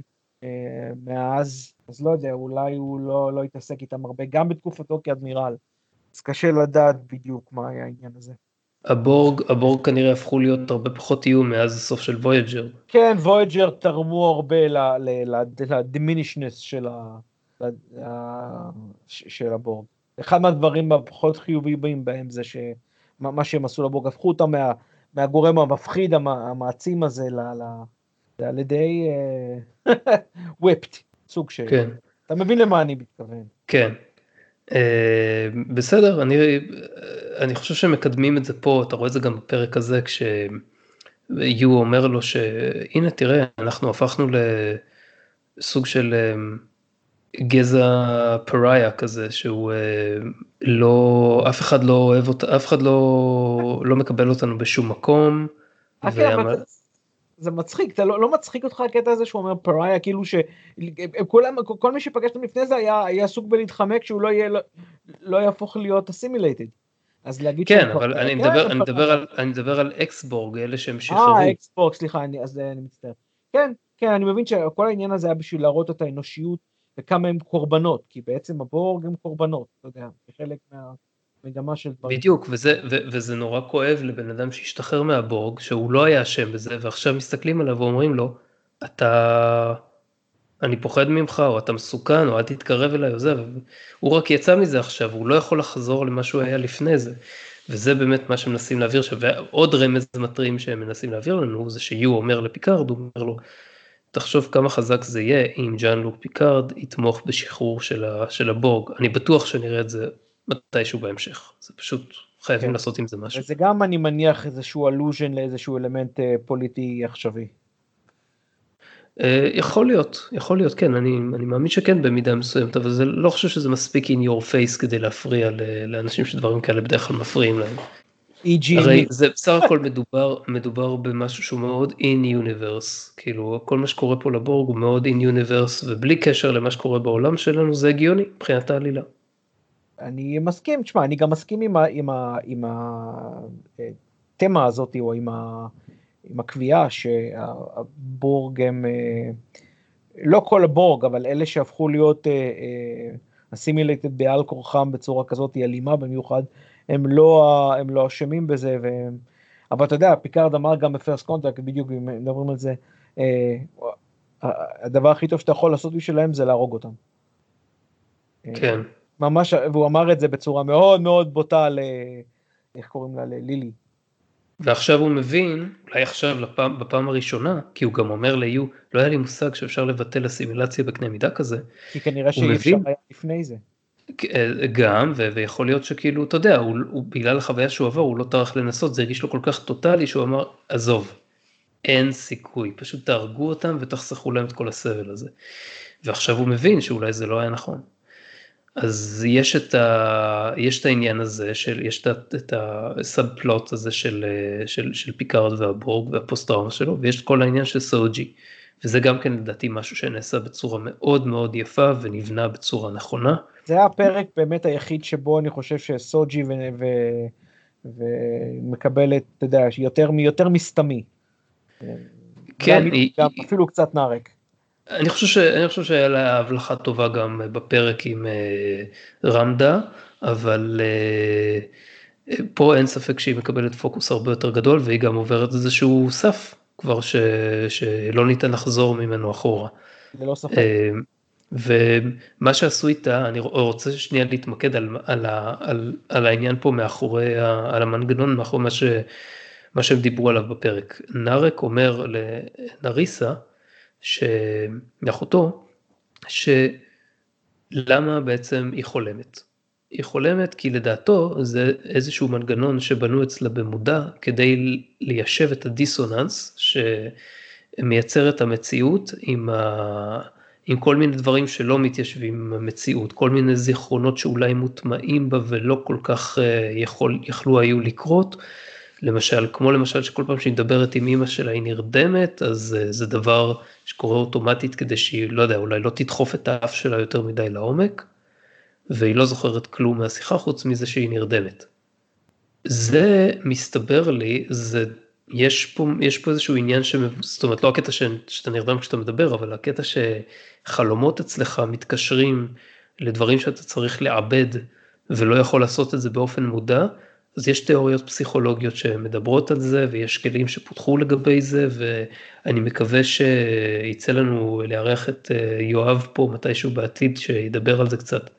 מאז, אז לא יודע, אולי הוא לא התעסק איתם הרבה, גם בתקופתו כאדמירל. אז קשה לדעת בדיוק מה היה העניין הזה. הבורג כנראה הפכו להיות הרבה פחות איום מאז הסוף של וויג'ר. כן, וויג'ר תרמו הרבה לדימינישנס של הבורג. אחד מהדברים הפחות חיוביים בהם זה מה שהם עשו לבורג, הפכו אותם מהגורם המפחיד, המעצים הזה, על ידי וויפט, סוג של. כן. אתה מבין למה אני מתכוון. כן. בסדר, אני חושב שמקדמים את זה פה, אתה רואה את זה גם בפרק הזה, כשיו אומר לו שהנה תראה, אנחנו הפכנו לסוג של גזע פראיה כזה, שהוא לא, אף אחד לא אוהב אותה, אף אחד לא מקבל אותנו בשום מקום. זה מצחיק, אתה לא מצחיק אותך הקטע הזה שהוא אומר פראיה, כאילו שכל מי שפגשתם לפני זה היה סוג בלהתחמק שהוא לא יהפוך להיות אסימילייטד. אז להגיד כן, אבל אני מדבר על אקסבורג, אלה שהם שחררו. אקסבורג, סליחה, אז אני מצטער. כן, כן, אני מבין שכל העניין הזה היה בשביל להראות את האנושיות וכמה הם קורבנות, כי בעצם הבורג הם קורבנות, אתה יודע, כחלק מהמגמה של דברים. בדיוק, וזה נורא כואב לבן אדם שהשתחרר מהבורג, שהוא לא היה אשם בזה, ועכשיו מסתכלים עליו ואומרים לו, אני פוחד ממך, או אתה מסוכן, או אל תתקרב אליי, או זה, הוא רק יצא מזה עכשיו, הוא לא יכול לחזור למה שהוא היה לפני זה, וזה באמת מה שמנסים להעביר, ועוד רמז מטרים שהם מנסים להעביר לנו, זה שיו אומר לפיקארד, הוא אומר לו, תחשוב כמה חזק זה יהיה, אם ז'אן לוק פיקארד יתמוך בשחרור של הבורג, אני בטוח שנראה את זה מתישהו בהמשך, זה פשוט חייבים לעשות עם זה משהו. וזה גם אני מניח איזשהו אלוז'ן לאיזשהו אלמנט פוליטי עכשווי. יכול להיות, כן, אני מאמין שכן במידה מסוימת, אבל זה לא חושב שזה מספיק in your face כדי להפריע לאנשים שדברים כאלה בדרך כלל מפריעים להם. הרי זה בסך הכל מדובר במשהו שהוא מאוד in universe, כאילו כל מה שקורה פה לבורג הוא מאוד in universe, ובלי קשר למה שקורה בעולם שלנו זה הגיוני מבחינת העלילה. אני מסכים, תשמע, אני גם מסכים עם התמה הזאת, או עם הקביעה שהבורג הם, לא כל הבורג, אבל אלה שהפכו להיות אסימילייטד בעל כורחם בצורה כזאת, אלימה במיוחד, הם לא אשמים בזה, אבל אתה יודע, פיקארד אמר גם בפרסט קונטקט, בדיוק מדברים על זה, הדבר הכי טוב שאתה יכול לעשות בשבילם זה להרוג אותם. כן. ממש, והוא אמר את זה בצורה מאוד מאוד בוטה איך קוראים לה? לילי. ועכשיו הוא מבין, אולי עכשיו בפעם הראשונה, כי הוא גם אומר ליו, לא היה לי מושג שאפשר לבטל אסימילציה בקנה מידה כזה. כי כנראה שאי אפשר היה לפני זה. גם, ויכול להיות שכאילו, אתה יודע, בגלל החוויה שהוא עבר, הוא לא טרח לנסות, זה הרגיש לו כל כך טוטלי, שהוא אמר, עזוב, אין סיכוי, פשוט תהרגו אותם ותחסכו להם את כל הסבל הזה. ועכשיו הוא מבין שאולי זה לא היה נכון. אז יש את העניין הזה, יש את הסאב פלוט הזה של פיקארד והבורג והפוסט-טראומה שלו, ויש את כל העניין של סוג'י, וזה גם כן לדעתי משהו שנעשה בצורה מאוד מאוד יפה ונבנה בצורה נכונה. זה היה הפרק באמת היחיד שבו אני חושב שסוג'י ומקבלת, אתה יודע, יותר מסתמי. כן, גם אפילו קצת נערק. אני חושב שהיה לה הבלחה טובה גם בפרק עם רמדה, אבל פה אין ספק שהיא מקבלת פוקוס הרבה יותר גדול, והיא גם עוברת איזשהו סף, כבר שלא ניתן לחזור ממנו אחורה. ללא ספק. ומה שעשו איתה, אני רוצה שנייה להתמקד על העניין פה מאחורי, על המנגנון, מאחורי מה שהם דיברו עליו בפרק. נארק אומר לנריסה, מאחותו, שלמה בעצם היא חולמת. היא חולמת כי לדעתו זה איזשהו מנגנון שבנו אצלה במודע, כדי ליישב את הדיסוננס, שמייצר את המציאות עם כל מיני דברים שלא מתיישבים עם המציאות, כל מיני זיכרונות שאולי מוטמעים בה ולא כל כך יכלו היו לקרות, כמו למשל שכל פעם שהיא מדברת עם אמא שלה היא נרדמת, אז זה דבר שקורה אוטומטית כדי שהיא, לא יודע, אולי לא תדחוף את האף שלה יותר מדי לעומק, והיא לא זוכרת כלום מהשיחה חוץ מזה שהיא נרדמת. זה מסתבר לי, יש פה איזשהו עניין, זאת אומרת לא הקטע שאתה נרדם כשאתה מדבר, אבל הקטע שחלומות אצלך מתקשרים לדברים שאתה צריך לעבד, ולא יכול לעשות את זה באופן מודע, אז יש תיאוריות פסיכולוגיות שמדברות על זה, ויש כלים שפותחו לגבי זה, ואני מקווה שיצא לנו לארח את יואב פה מתישהו בעתיד, שידבר על זה קצת.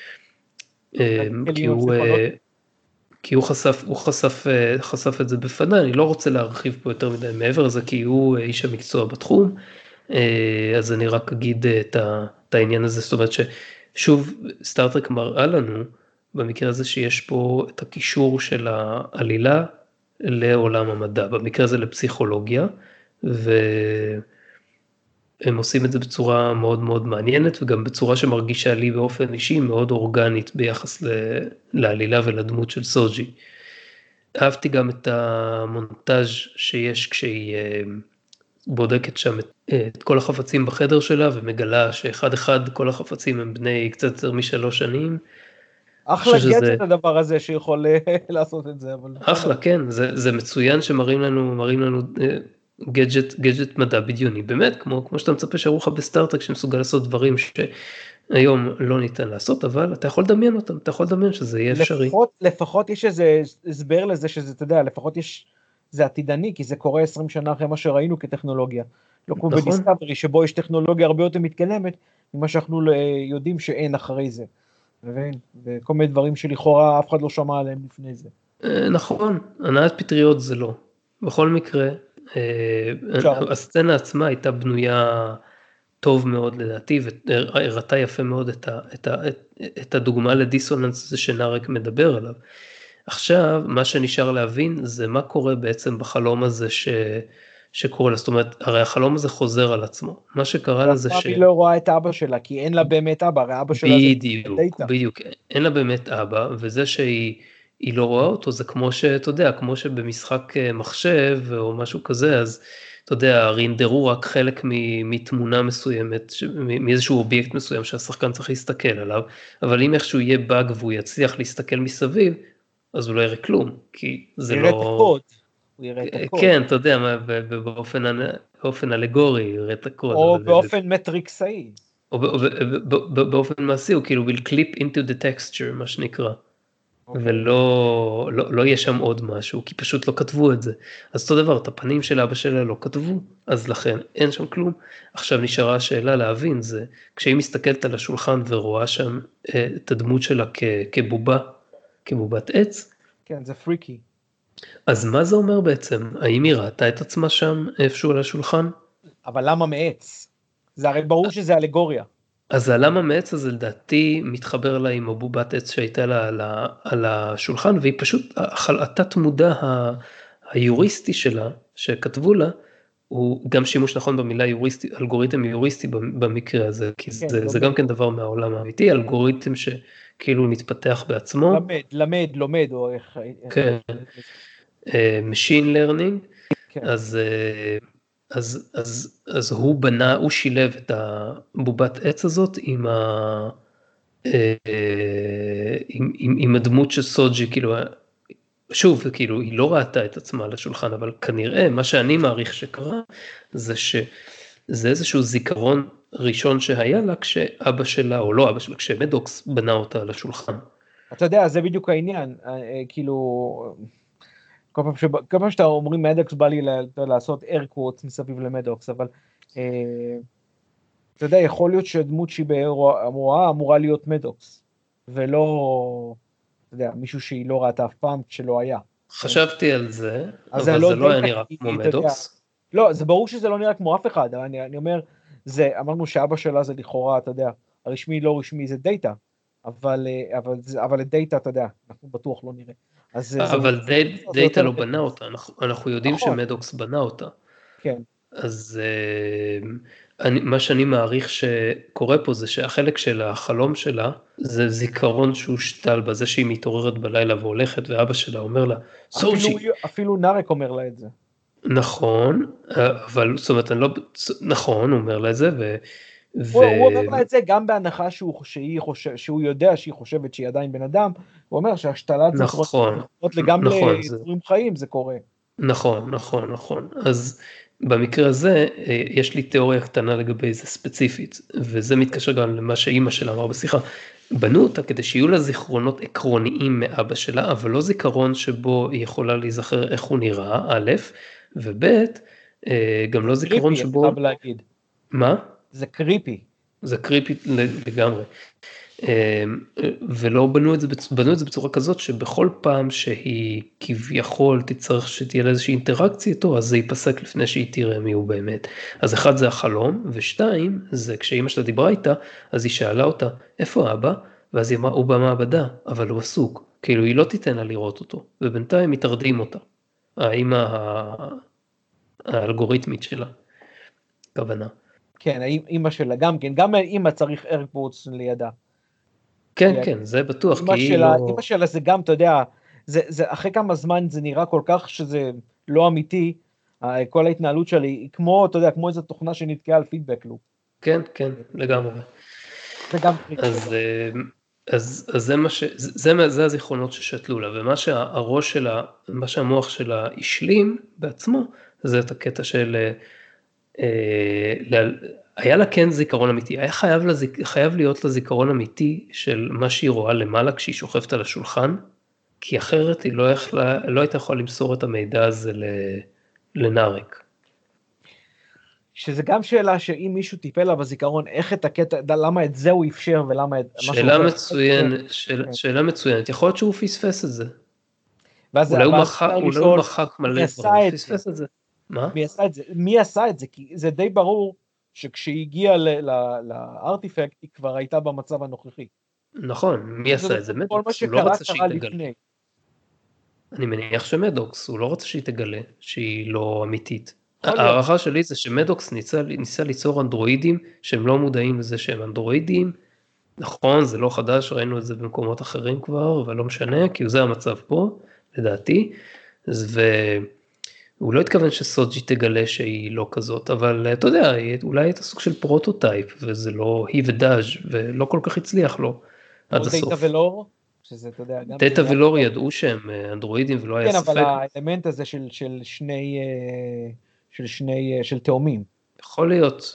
כי הוא חשף את זה בפני, אני לא רוצה להרחיב פה יותר מדי מעבר לזה, כי הוא איש המקצוע בתחום, אז אני רק אגיד את העניין הזה, זאת אומרת ששוב, סטארטרק מראה לנו, במקרה הזה שיש פה את הקישור של העלילה לעולם המדע, במקרה הזה לפסיכולוגיה, והם עושים את זה בצורה מאוד מאוד מעניינת, וגם בצורה שמרגישה לי באופן אישי מאוד אורגנית ביחס לעלילה ולדמות של סוג'י. אהבתי גם את המונטאז' שיש כשהיא בודקת שם את כל החפצים בחדר שלה, ומגלה שאחד אחד כל החפצים הם בני קצת יותר מ3 שנים, אחלה גדג'ט הדבר הזה שיכול לעשות את זה. אחלה, כן, זה מצוין שמראים לנו גדג'ט מדע בדיוני, באמת, כמו שאתה מצפה שיראו לך בסטארטרק שמסוגל לעשות דברים שהיום לא ניתן לעשות, אבל אתה יכול לדמיין אותם, אתה יכול לדמיין שזה יהיה אפשרי. לפחות יש איזה הסבר לזה שזה, אתה יודע, לפחות זה עתידני, כי זה קורה 20 שנה אחרי מה שראינו כטכנולוגיה. לא כמו בדיסקאברי, שבו יש טכנולוגיה הרבה יותר מתקדמת, ממה שאנחנו יודעים שאין אחרי זה. וכל מיני דברים שלכאורה אף אחד לא שמע עליהם לפני זה. נכון, הנעת פטריות זה לא. בכל מקרה, הסצנה עצמה הייתה בנויה טוב מאוד לדעתי, והראתה יפה מאוד את הדוגמה לדיסוננס זה שנארק מדבר עליו. עכשיו, מה שנשאר להבין זה מה קורה בעצם בחלום הזה שקורה לה, זאת אומרת, הרי החלום הזה חוזר על עצמו. מה שקרה לזה היא לא רואה את אבא שלה, כי אין לה באמת אבא, הרי אבא שלה זה דאטה. בדיוק, אין לה באמת אבא, וזה שהיא לא רואה אותו, זה כמו שאתה יודע, כמו שבמשחק מחשב או משהו כזה, אז אתה יודע, רינדרו רק חלק מתמונה מסוימת, מאיזשהו אובייקט מסוים שהשחקן צריך להסתכל עליו, אבל אם איכשהו יהיה באג והוא יצליח להסתכל מסביב, אז הוא לא יראה כלום, כי זה לא... יראה את הקוד. הוא יראה את הקוד. כן, אתה יודע, באופן אלגורי, יראה את הקוד. או באופן מטריקסאי. או באופן מעשי, הוא כאילו will clip into the texture, מה שנקרא. ולא יהיה שם עוד משהו, כי פשוט לא כתבו את זה. אז אותו דבר, את הפנים של אבא שלה לא כתבו, אז לכן אין שם כלום. עכשיו נשארה השאלה להבין, זה כשהיא מסתכלת על השולחן ורואה שם את הדמות שלה כבובת עץ. כן, זה פריקי. אז מה זה אומר בעצם? האם היא ראתה את עצמה שם איפשהו על השולחן? אבל למה מעץ? זה הרי ברור שזה אלגוריה. אז הלמה מעץ הזה לדעתי מתחבר לה עם הבובת עץ שהייתה לה על השולחן, והיא פשוט, התת מודע היוריסטי שלה, שכתבו לה, הוא גם שימוש נכון במילה יוריסטי, אלגוריתם יוריסטי במקרה הזה, כי זה גם כן דבר מהעולם האמיתי, אלגוריתם שכאילו מתפתח בעצמו. לומד, או איך... כן, Machine Learning, אז הוא שילב את הבובת עץ הזאת עם הדמות של סוג'י, כאילו, שוב, כאילו, היא לא ראתה את עצמה על השולחן, אבל כנראה, מה שאני מעריך שקרה, זה שזה איזשהו זיכרון ראשון שהיה לה, כשאבא שלה, או לא אבא שלה, כשמדוקס בנה אותה על השולחן. אתה יודע, זה בדיוק העניין, כאילו... כל פעם שאתה אומרים מדוקס, בא לי לעשות air quotes מסביב למדוקס, אבל אתה יודע, יכול להיות שהדמות שהיא אמורה להיות מדוקס, ולא, אתה יודע, מישהו שהיא לא ראתה אף פעם כשלא היה. חשבתי על זה, אבל זה לא היה נראה כמו מדוקס. לא, זה ברור שזה לא נראה כמו אף אחד, אני אומר, אמרנו שאבא שלה זה לכאורה, אתה יודע, הרשמי לא רשמי זה דאטה, אבל דאטה, אתה יודע, אנחנו בטוח לא נראה. אבל דאטה לא בנה אותה, אנחנו יודעים שמדוקס בנה אותה. כן. אז מה שאני מעריך שקורה פה זה שהחלק של החלום שלה, זה זיכרון שהוא שתל בזה שהיא מתעוררת בלילה והולכת, ואבא שלה אומר לה, סוג'י. אפילו נארק אומר לה את זה. נכון, אבל זאת אומרת, נכון, הוא אומר לה את זה, הוא אומר לה את זה גם בהנחה שהוא יודע שהיא חושבת שהיא עדיין בן אדם, הוא אומר שהשתלת זיכרונות לגמרי ליצורים חיים זה קורה. נכון, אז במקרה הזה יש לי תיאוריה קטנה לגבי זה ספציפית, וזה מתקשר גם למה שאימא שלה אמרה בשיחה, בנו אותה כדי שיהיו לה זיכרונות עקרוניים מאבא שלה, אבל לא זיכרון שבו היא יכולה להיזכר איך הוא נראה, א', וב', גם לא זיכרון שבו... קריפי, אני חייב להגיד. מה? זה קריפי. זה קריפי לגמרי. ולא בנו את זה בצורה כזאת שבכל פעם שהיא כביכול תצטרך שתהיה לה איזושהי אינטראקציה איתו, אז זה ייפסק לפני שהיא תראה מי הוא באמת. אז אחד זה החלום, ושתיים זה כשאמא שלה דיברה איתה, אז היא שאלה אותה, איפה אבא? ואז היא אמרה, הוא במעבדה, אבל הוא עסוק, כאילו היא לא תיתן לה לראות אותו, ובינתיים מתרדים אותה, האמא האלגוריתמית שלה, כוונה. כן, האמא שלה גם כן, גם האמא צריך ארקבורדס לידה. כן, זה בטוח, אמא שלה זה גם, אתה יודע, אחרי כמה זמן זה נראה כל כך שזה לא אמיתי, כל ההתנהלות שלי היא כמו, אתה יודע, כמו איזו תוכנה שנתקעה על פידבק לופ. כן, לגמרי. זה גם אז זה הזיכרונות ששתלו לה, ומה שהראש שלה, מה שהמוח שלה השלים בעצמו, זה את הקטע של, היה לה כן זיכרון אמיתי, היה חייב להיות לה זיכרון אמיתי של מה שהיא רואה למעלה כשהיא שוכבת על השולחן, כי אחרת היא לא הייתה יכולה למסור את המידע הזה לנארק. שזה גם שאלה שאם מישהו טיפל לה בזיכרון, איך את הקטע, למה את זה הוא אפשר ולמה את משהו אחר. שאלה מצוינת, יכול להיות שהוא פספס את זה. אולי הוא מחק מלא דברים, פספס את זה. מה? מי עשה את זה? כי זה די ברור שכשהיא הגיעה לארטיפקט, היא כבר הייתה במצב הנוכחי. נכון, מי עשה את זה? מדוקס, הוא לא רצה שהיא תגלה. אני מניח שמדוקס, הוא לא רצה שהיא תגלה, שהיא לא אמיתית. הערכה שלי זה שמדוקס ניסה ליצור אנדרואידים שהם לא מודעים לזה שהם אנדרואידים. נכון, זה לא חדש, ראינו את זה במקומות אחרים כבר, אבל לא משנה, כי זה המצב פה, לדעתי. והוא לא התכוון שסוג'י תגלה שהיא לא כזאת, אבל אתה יודע, אולי הייתה סוג של פרוטוטייפ, וזה לא היא ודאז' ולא כל כך הצליח לו עד הסוף. דאטה ולור? שזה, אתה יודע, דאטה ולור ידעו שהם אנדרואידים ולא היה ספק. כן, אבל האלמנט הזה של תאומים. יכול להיות.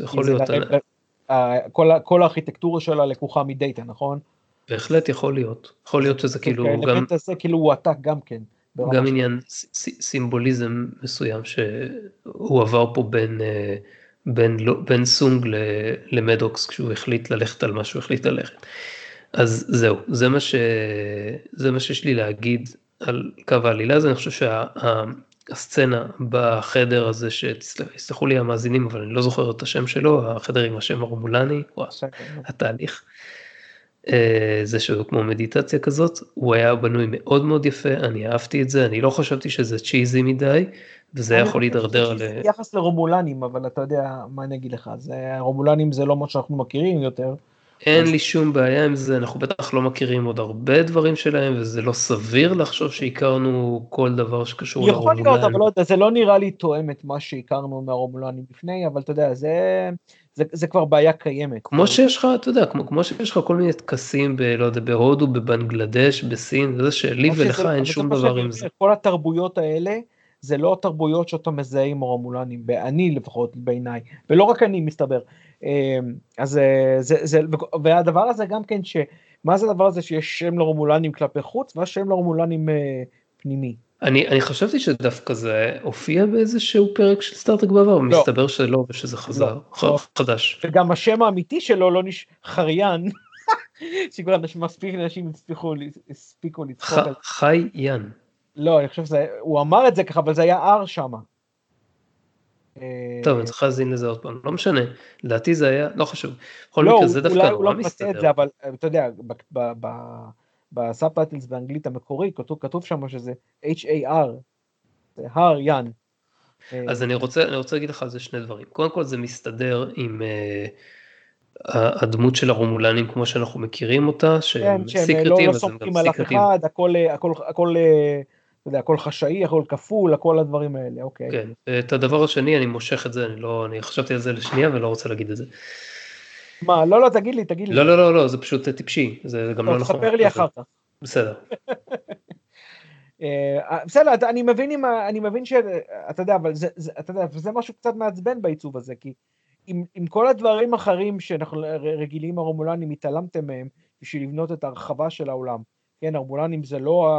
כל הארכיטקטורה שלה לקוחה מדאטה, נכון? בהחלט יכול להיות. יכול להיות שזה כאילו גם... האלמנט הזה כאילו הוא עתק גם כן. גם עניין סימבוליזם מסוים שהוא עבר פה בין סונג למדוקס כשהוא החליט ללכת על מה שהוא החליט ללכת. אז זהו, זה מה שיש לי להגיד על קו העלילה הזה. אני חושב שהסצנה בחדר הזה, שתסלחו לי המאזינים, אבל אני לא זוכר את השם שלו, החדר עם השם הרומולני, התהליך, זה שהוא כמו מדיטציה כזאת, הוא היה בנוי מאוד מאוד יפה, אני אהבתי את זה, אני לא חשבתי שזה צ'יזי מדי, וזה יכול להידרדר יחס לרומולנים, אבל אתה יודע מה אני אגיד לך, רומולנים זה לא מה שאנחנו מכירים יותר. אין לי שום בעיה עם זה, אנחנו בטח לא מכירים עוד הרבה דברים שלהם, וזה לא סביר לחשוב שהכרנו כל דבר שקשור לרומולנים. יכול להיות, אבל לא יודע, זה לא נראה לי תואם את מה שהכרנו מהרומולנים לפני, אבל אתה יודע, זה כבר בעיה קיימת. כמו שיש לך, אתה יודע, כמו שיש לך כל מיני טקסים, לא יודע, בהודו, בבנגלדש, בסין, זה שלי ולך אין שום דבר עם זה. כל התרבויות האלה, זה לא התרבויות שאתה מזהה עם הרומולנים, אני לפחות בעיניי, ולא רק אני מסתבר. אז והדבר הזה גם כן, מה זה הדבר הזה שיש שם לרומולנים כלפי חוץ, והשם לרומולנים פנימי. אני חשבתי שדווקא זה הופיע באיזשהו פרק של סטארטרק בעבר, מסתבר שלא, ושזה חזר, חדש. וגם השם האמיתי שלו לא חריין, שכבר מספיק אנשים הספיקו לצחוק על זה. חייין. לא, אני חושב שהוא אמר את זה ככה, אבל זה היה R שמה. טוב, אני צריך להזין לזה עוד פעם, לא משנה, לדעתי זה היה, לא חשוב. בכל מקרה זה דווקא נורא מסתדר. אבל אתה יודע, בסאבטייטלס באנגלית המקורי, כתוב שם שזה H-A-R, זה הריין. אז אני רוצה להגיד לך על זה שני דברים. קודם כל זה מסתדר עם הדמות של הרומולנים כמו שאנחנו מכירים אותה, שהם סיקרטים, לא סומכים על אף אחד, הכל חשאי, הכל כפול, הכל הדברים האלה, אוקיי. כן, את הדבר השני אני מושך את זה, אני חשבתי על זה לשנייה ולא רוצה להגיד את זה. מה, לא, תגיד לי. לא, זה פשוט טיפשי, זה גם לא נכון. תספר לי אחר כך. בסדר. בסדר, אני מבין שאתה יודע, אבל זה משהו קצת מעצבן בעיצוב הזה, כי עם כל הדברים אחרים שאנחנו רגילים הרומולנים, התעלמתם מהם בשביל לבנות את הרחבה של העולם. כן, הרומולנים זה לא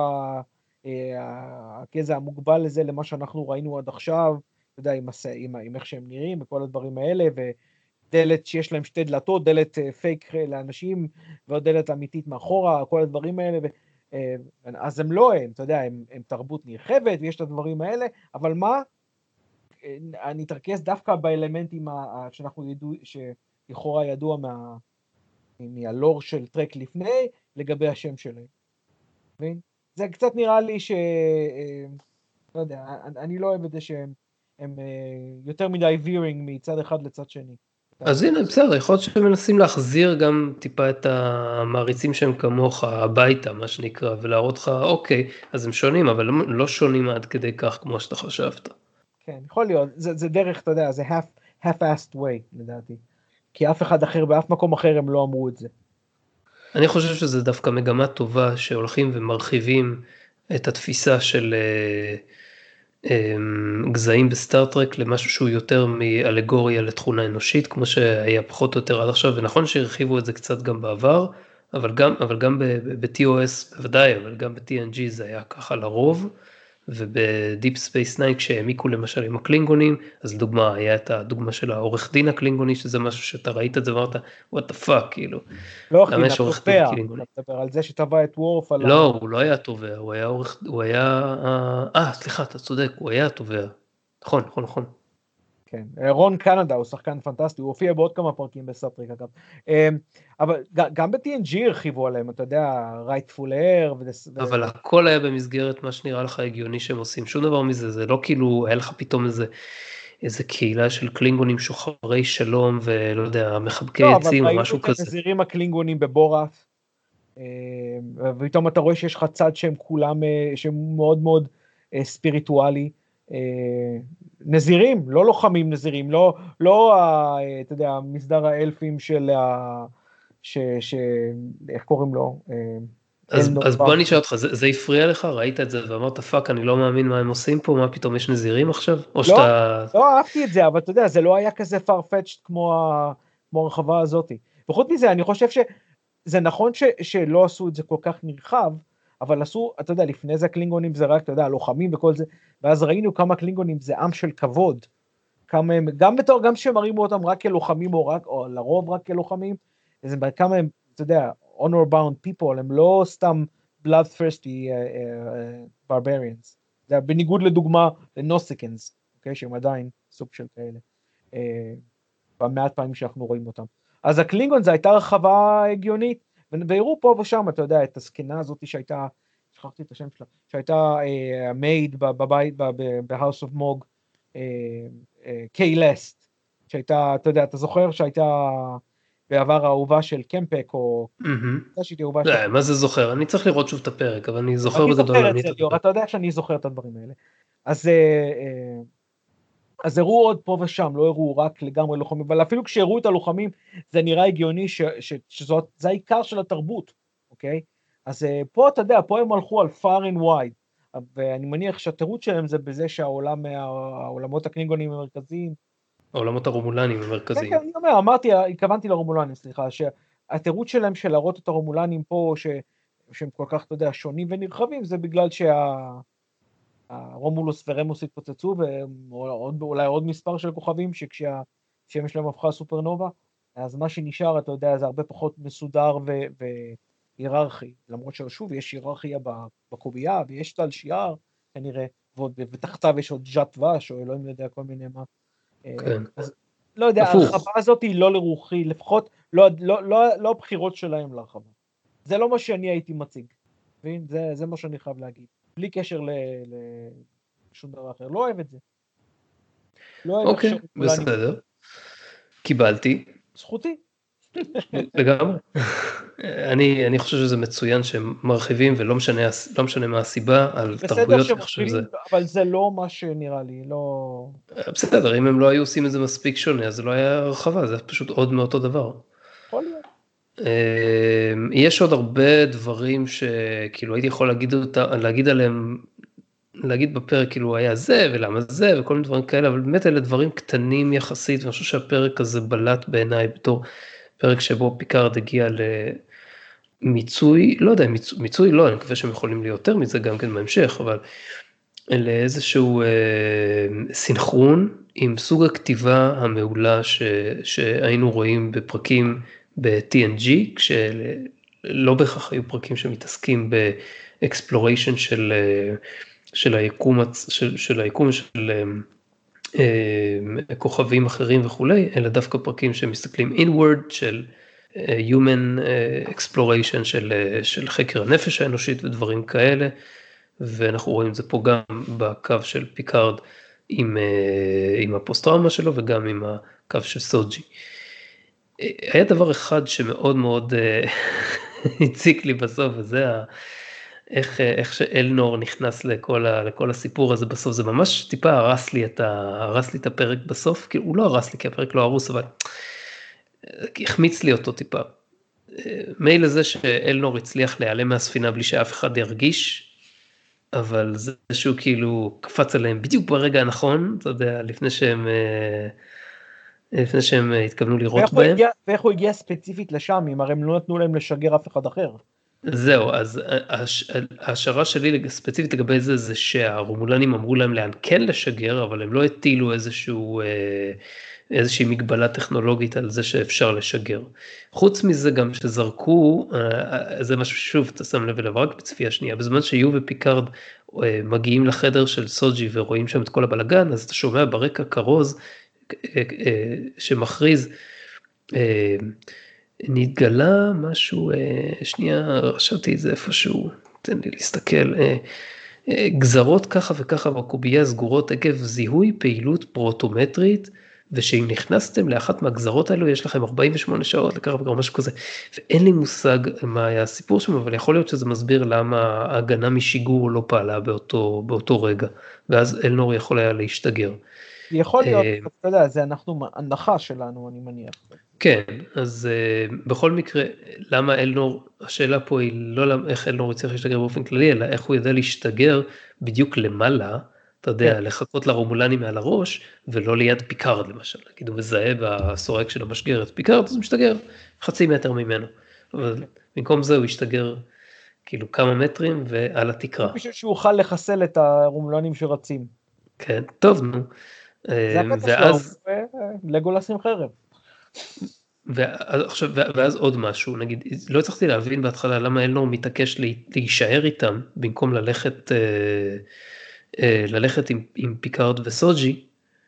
הגזע המוגבל לזה, למה שאנחנו ראינו עד עכשיו, אתה יודע, עם איך שהם נראים, וכל הדברים האלה, ודלת שיש להם שתי דלתות, דלת פייק לאנשים, ועוד דלת אמיתית מאחורה, כל הדברים האלה, אז הם לא הם, אתה יודע, הם תרבות נרחבת, ויש את הדברים האלה, אבל מה? אני אתרכז דווקא באלמנטים שאנחנו שלכאורה ידוע מהלור של טרק לפני, לגבי השם שלהם. מבין? זה קצת נראה לי לא יודע, אני לא אוהב את זה שהם יותר מדי veering מצד אחד לצד שני. אז הנה, בסדר, יכול להיות שהם מנסים להחזיר גם טיפה את המעריצים שהם כמוך הביתה, מה שנקרא, ולהראות לך, אוקיי, אז הם שונים, אבל לא שונים עד כדי כך כמו שאתה חשבת. כן, יכול להיות, זה דרך, אתה יודע, זה half-assed way, לדעתי. כי אף אחד אחר, באף מקום אחר הם לא אמרו את זה. אני חושב שזה דווקא מגמה טובה, שהולכים ומרחיבים את התפיסה גזעים בסטאר טרק למשהו שהוא יותר מאלגוריה לתכונה אנושית, כמו שהיה פחות או יותר עד עכשיו, ונכון שהרחיבו את זה קצת גם בעבר, אבל גם ב-TOS בוודאי, אבל גם ב-TNG זה היה ככה לרוב, ובדיפ ספייס 9 כשהעמיקו למשל עם הקלינגונים, אז לדוגמה היה את הדוגמה של העורך דין הקלינגוני, שזה משהו שאתה ראית את זה ואמרת, what the fuck, כאילו, לא עורך דין, למה יש עורך דין התובע, קלינגוני? אתה מדבר על זה שטבע את וורף על לא, הוא לא היה תובע, הוא היה, סליחה, אתה צודק, הוא היה תובע, נכון. כן, רון קנדה הוא שחקן פנטסטי, הוא הופיע בעוד כמה פרקים בסטריק אגב, אבל גם ב-TNG הרחיבו עליהם, אתה יודע, Rightful Air, אבל הכל היה במסגרת מה שנראה לך הגיוני שהם עושים, שום דבר מזה, זה לא כאילו, היה לך פתאום איזה קהילה של קלינגונים שוחרי שלום, ולא יודע, מחבקי עצים או משהו כזה. לא, אבל ראינו את הנזירים הקלינגונים בבורת, ופתאום אתה רואה שיש לך צד שהם כולם, שהם מאוד מאוד ספיריטואלי, נזירים, לא לוחמים נזירים, לא אתה יודע, מסדר האלפים של, איך קוראים לו? אז בוא נשאל אותך, זה הפריע לך? ראית את זה ואמרת פאק, אני לא מאמין מה הם עושים פה, מה פתאום יש נזירים עכשיו? או שאתה... לא אהבתי את זה, אבל אתה יודע, זה לא היה כזה farfetched כמו הרחבה הזאת. וחוץ מזה, אני חושב שזה נכון שלא עשו את זה כל כך נרחב, אבל עשו, אתה יודע, לפני זה הקלינגונים זה רק, אתה יודע, לוחמים וכל זה, ואז ראינו כמה קלינגונים זה עם של כבוד, כמה הם, גם שמרימו אותם רק כלוחמים, או לרוב רק כלוחמים, אז כמה הם, אתה יודע, honor bound people, הם לא סתם bloodthirsty barbarians, זה בניגוד לדוגמה לנוסיקנס, אוקיי, שהם עדיין סוג של כאלה, במעט פעמים שאנחנו רואים אותם. אז הקלינגון זה הייתה רחבה הגיונית, והראו פה ושם, אתה יודע, את הסקנה הזאת שהייתה, שכחתי את השם שלה, שהייתה מייד בבית, בהאוס אוף מוג, קיילסט, שהייתה, אתה יודע, אתה זוכר שהייתה בעבר האהובה של קמפק, או... מה זה זוכר? אני צריך לראות שוב את הפרק, אבל אני זוכר בגדול. אתה יודע שאני זוכר את הדברים האלה. אז הראו עוד פה ושם, לא הראו רק לגמרי לוחמים, אבל אפילו כשהראו את הלוחמים, זה נראה הגיוני שזה העיקר של התרבות, אוקיי? אז פה אתה יודע, פה הם הלכו על far and wide, ואני מניח שהתירוץ שלהם זה בזה שהעולמות הקלינגונים המרכזיים, העולמות הרומולנים המרכזיים. כן, אני אומר, התכוונתי לרומולנים, סליחה, שהתירוץ שלהם של להראות את הרומולנים פה, שהם כל כך, אתה יודע, שונים ונרחבים, זה בגלל הרומולוס ורמוס התפוצצו, ואולי עוד מספר של כוכבים, שכשהשמש שלהם הפכה סופרנובה, אז מה שנשאר, אתה יודע, זה הרבה פחות מסודר והיררכי, למרות ששוב, יש היררכיה בקובייה, ויש טל שיער, כנראה, ותחתיו יש עוד ג'ת וש, או אלוהים יודע כל מיני מה. כן. אז לא יודע, הרחבה הזאת היא לא לרוחי, לפחות לא הבחירות שלהם להרחבה. זה לא מה שאני הייתי מציג, מבין? זה מה שאני חייב להגיד. בלי קשר לשום דבר אחר, לא אוהב את זה. אוקיי, בסדר. קיבלתי. זכותי. לגמרי. אני חושב שזה מצוין שהם מרחיבים, ולא משנה מה הסיבה, על תרבויות. בסדר שמרחיבים, אבל זה לא מה שנראה לי, לא... בסדר, אם הם לא היו עושים את זה מספיק שונה, אז זה לא היה הרחבה, זה פשוט עוד מאותו דבר. יכול להיות. יש עוד הרבה דברים שכאילו הייתי יכול להגיד עליהם, להגיד בפרק כאילו היה זה ולמה זה וכל מיני דברים כאלה, אבל באמת אלה דברים קטנים יחסית, ואני חושב שהפרק הזה בלט בעיניי בתור פרק שבו פיקארד הגיע למיצוי, לא יודע, מיצוי לא, אני מקווה שהם יכולים להיות יותר מזה גם כן בהמשך, אבל לאיזשהו סינכרון עם סוג הכתיבה המעולה שהיינו רואים בפרקים ב-TNG, כשלא בהכרח היו פרקים שמתעסקים באקספלוריישן של היקום, של כוכבים אחרים וכולי, אלא דווקא פרקים שמסתכלים inward של human exploration של חקר הנפש האנושית ודברים כאלה, ואנחנו רואים את זה פה גם בקו של פיקארד עם הפוסט-טראומה שלו וגם עם הקו של סוג'י. היה דבר אחד שמאוד מאוד הציק לי בסוף, וזה איך שאלנור נכנס לכל הסיפור הזה בסוף, זה ממש טיפה הרס לי את הפרק בסוף, כאילו הוא לא הרס לי כי הפרק לא הרוס, אבל החמיץ לי אותו טיפה. מילא זה שאלנור הצליח להיעלם מהספינה בלי שאף אחד ירגיש, אבל זה שהוא כאילו קפץ עליהם בדיוק ברגע הנכון, אתה יודע, לפני שהם התכוונו לירות בהם. ואיך הוא הגיע ספציפית לשם, אם הרי הם לא נתנו להם לשגר אף אחד אחר. זהו, אז ההשערה שלי ספציפית לגבי זה שהרומולנים אמרו להם לאן כן לשגר, אבל הם לא הטילו איזושהי מגבלה טכנולוגית על זה שאפשר לשגר. חוץ מזה גם שזרקו, זה משהו ששוב אתה שם לב אליו רק בצפייה שנייה, בזמן שיו ופיקארד מגיעים לחדר של סוג'י ורואים שם את כל הבלגן, אז אתה שומע ברקע כרוז שמכריז, נתגלה משהו, שנייה רשמתי את זה איפשהו, תן לי להסתכל, גזרות ככה וככה בקובייה סגורות עקב זיהוי פעילות פרוטומטרית, ושאם נכנסתם לאחת מהגזרות האלו יש לכם 48 שעות לקרב או משהו כזה, ואין לי מושג מה היה הסיפור שם, אבל יכול להיות שזה מסביר למה ההגנה משיגור לא פעלה באותו רגע, ואז אלנור יכול היה להשתגר. יכול להיות, אתה יודע, זה הנחה שלנו, אני מניח. כן, אז בכל מקרה, למה אלנור, השאלה פה היא לא איך אלנור יצטרך להשתגר באופן כללי, אלא איך הוא יודע להשתגר בדיוק למעלה, אתה יודע, לחכות לרומולנים מעל הראש, ולא ליד פיקארד למשל, נגיד הוא מזהה בסורק של המשגר את פיקארד, אז הוא משתגר חצי מטר ממנו, אבל במקום זה הוא ישתגר כאילו כמה מטרים ועל התקרה. בשביל שהוא יוכל לחסל את הרומולנים שרצים. כן, טוב נו. זה הקטע שלו, לגולס עם חרב. ואז עוד משהו, נגיד, לא הצלחתי להבין בהתחלה למה אלנור מתעקש להישאר איתם, במקום ללכת עם פיקארד וסוג'י,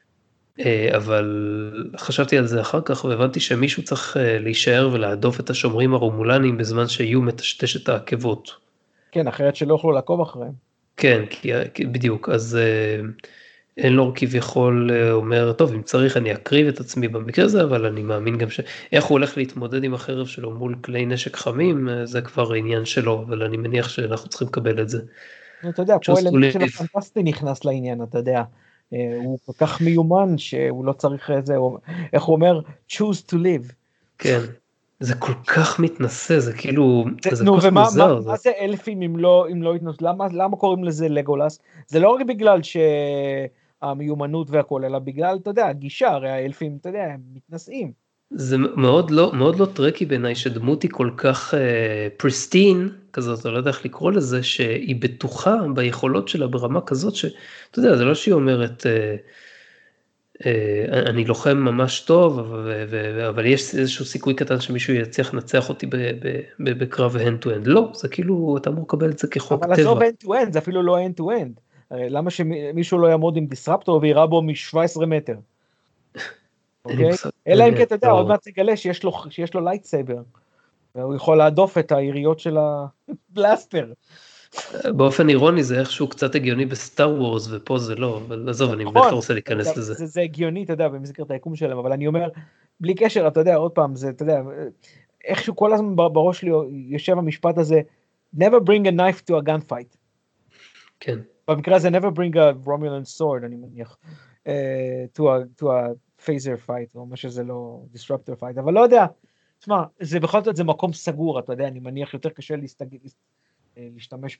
אבל חשבתי על זה אחר כך, והבנתי שמישהו צריך להישאר ולהדוף את השומרים הרומולנים, בזמן שיהיו מטשטש את העקבות. כן, אחרת שלא יוכלו לעקוב אחריהם. כן, בדיוק, אז אלנור כביכול אומר, טוב, אם צריך אני אקריב את עצמי במקרה הזה, אבל אני מאמין גם איך הוא הולך להתמודד עם החרב שלו מול כלי נשק חמים, זה כבר עניין שלו, אבל אני מניח שאנחנו צריכים לקבל את זה. אתה יודע, פה אלמנט של הפנטסטי נכנס לעניין, אתה יודע, הוא כל כך מיומן שהוא לא צריך איזה, איך הוא אומר, choose to live. כן, זה כל כך מתנסה, זה כאילו, זה כל כך מוזר. מה זה אלפים אם לא התנסו, למה קוראים לזה לגולס? זה לא רק בגלל המיומנות והכל, אלא בגלל, אתה יודע, הגישה, הרי האלפים, אתה יודע, הם מתנסים. זה מאוד לא טרקי בעיניי, שדמות היא כל כך פריסטין, כזאת, אני לא יודע איך לקרוא לזה, שהיא בטוחה ביכולות שלה ברמה כזאת, שאתה יודע, זה לא שהיא אומרת, אני לוחם ממש טוב, אבל יש איזשהו סיכוי קטן שמישהו יצליח לנצח אותי בקרב hand-to-hand, לא, זה כאילו, אתה אמור לקבל את זה כחוק טבע. אבל עזוב hand-to-hand, זה אפילו לא hand-to-hand, למה שמישהו לא יעמוד עם דיסרפטור ויראה בו מ-17 מטר? אלא אם כן אתה יודע, עוד מעט תגלה שיש לו לייטסייבר, והוא יכול להדוף את היריות של הבלאסטר. באופן אירוני זה איכשהו קצת הגיוני בסטאר וורס, ופה זה לא, אבל עזוב, אני באמת לא רוצה להיכנס לזה. זה הגיוני, אתה יודע, במסגרת היקום שלהם, אבל אני אומר, בלי קשר, אתה יודע, עוד פעם, זה, אתה יודע, איכשהו כל הזמן בראש שלי יושב המשפט הזה, never bring a knife to a gunfight. כן. במקרה הזה, never bring a Romulan sword, אני מניח, to a phaser fight, או מה שזה לא, disruptor fight, אבל לא יודע, תשמע, זה בכל זאת, זה מקום סגור, אתה יודע, אני מניח יותר קשה להשתמש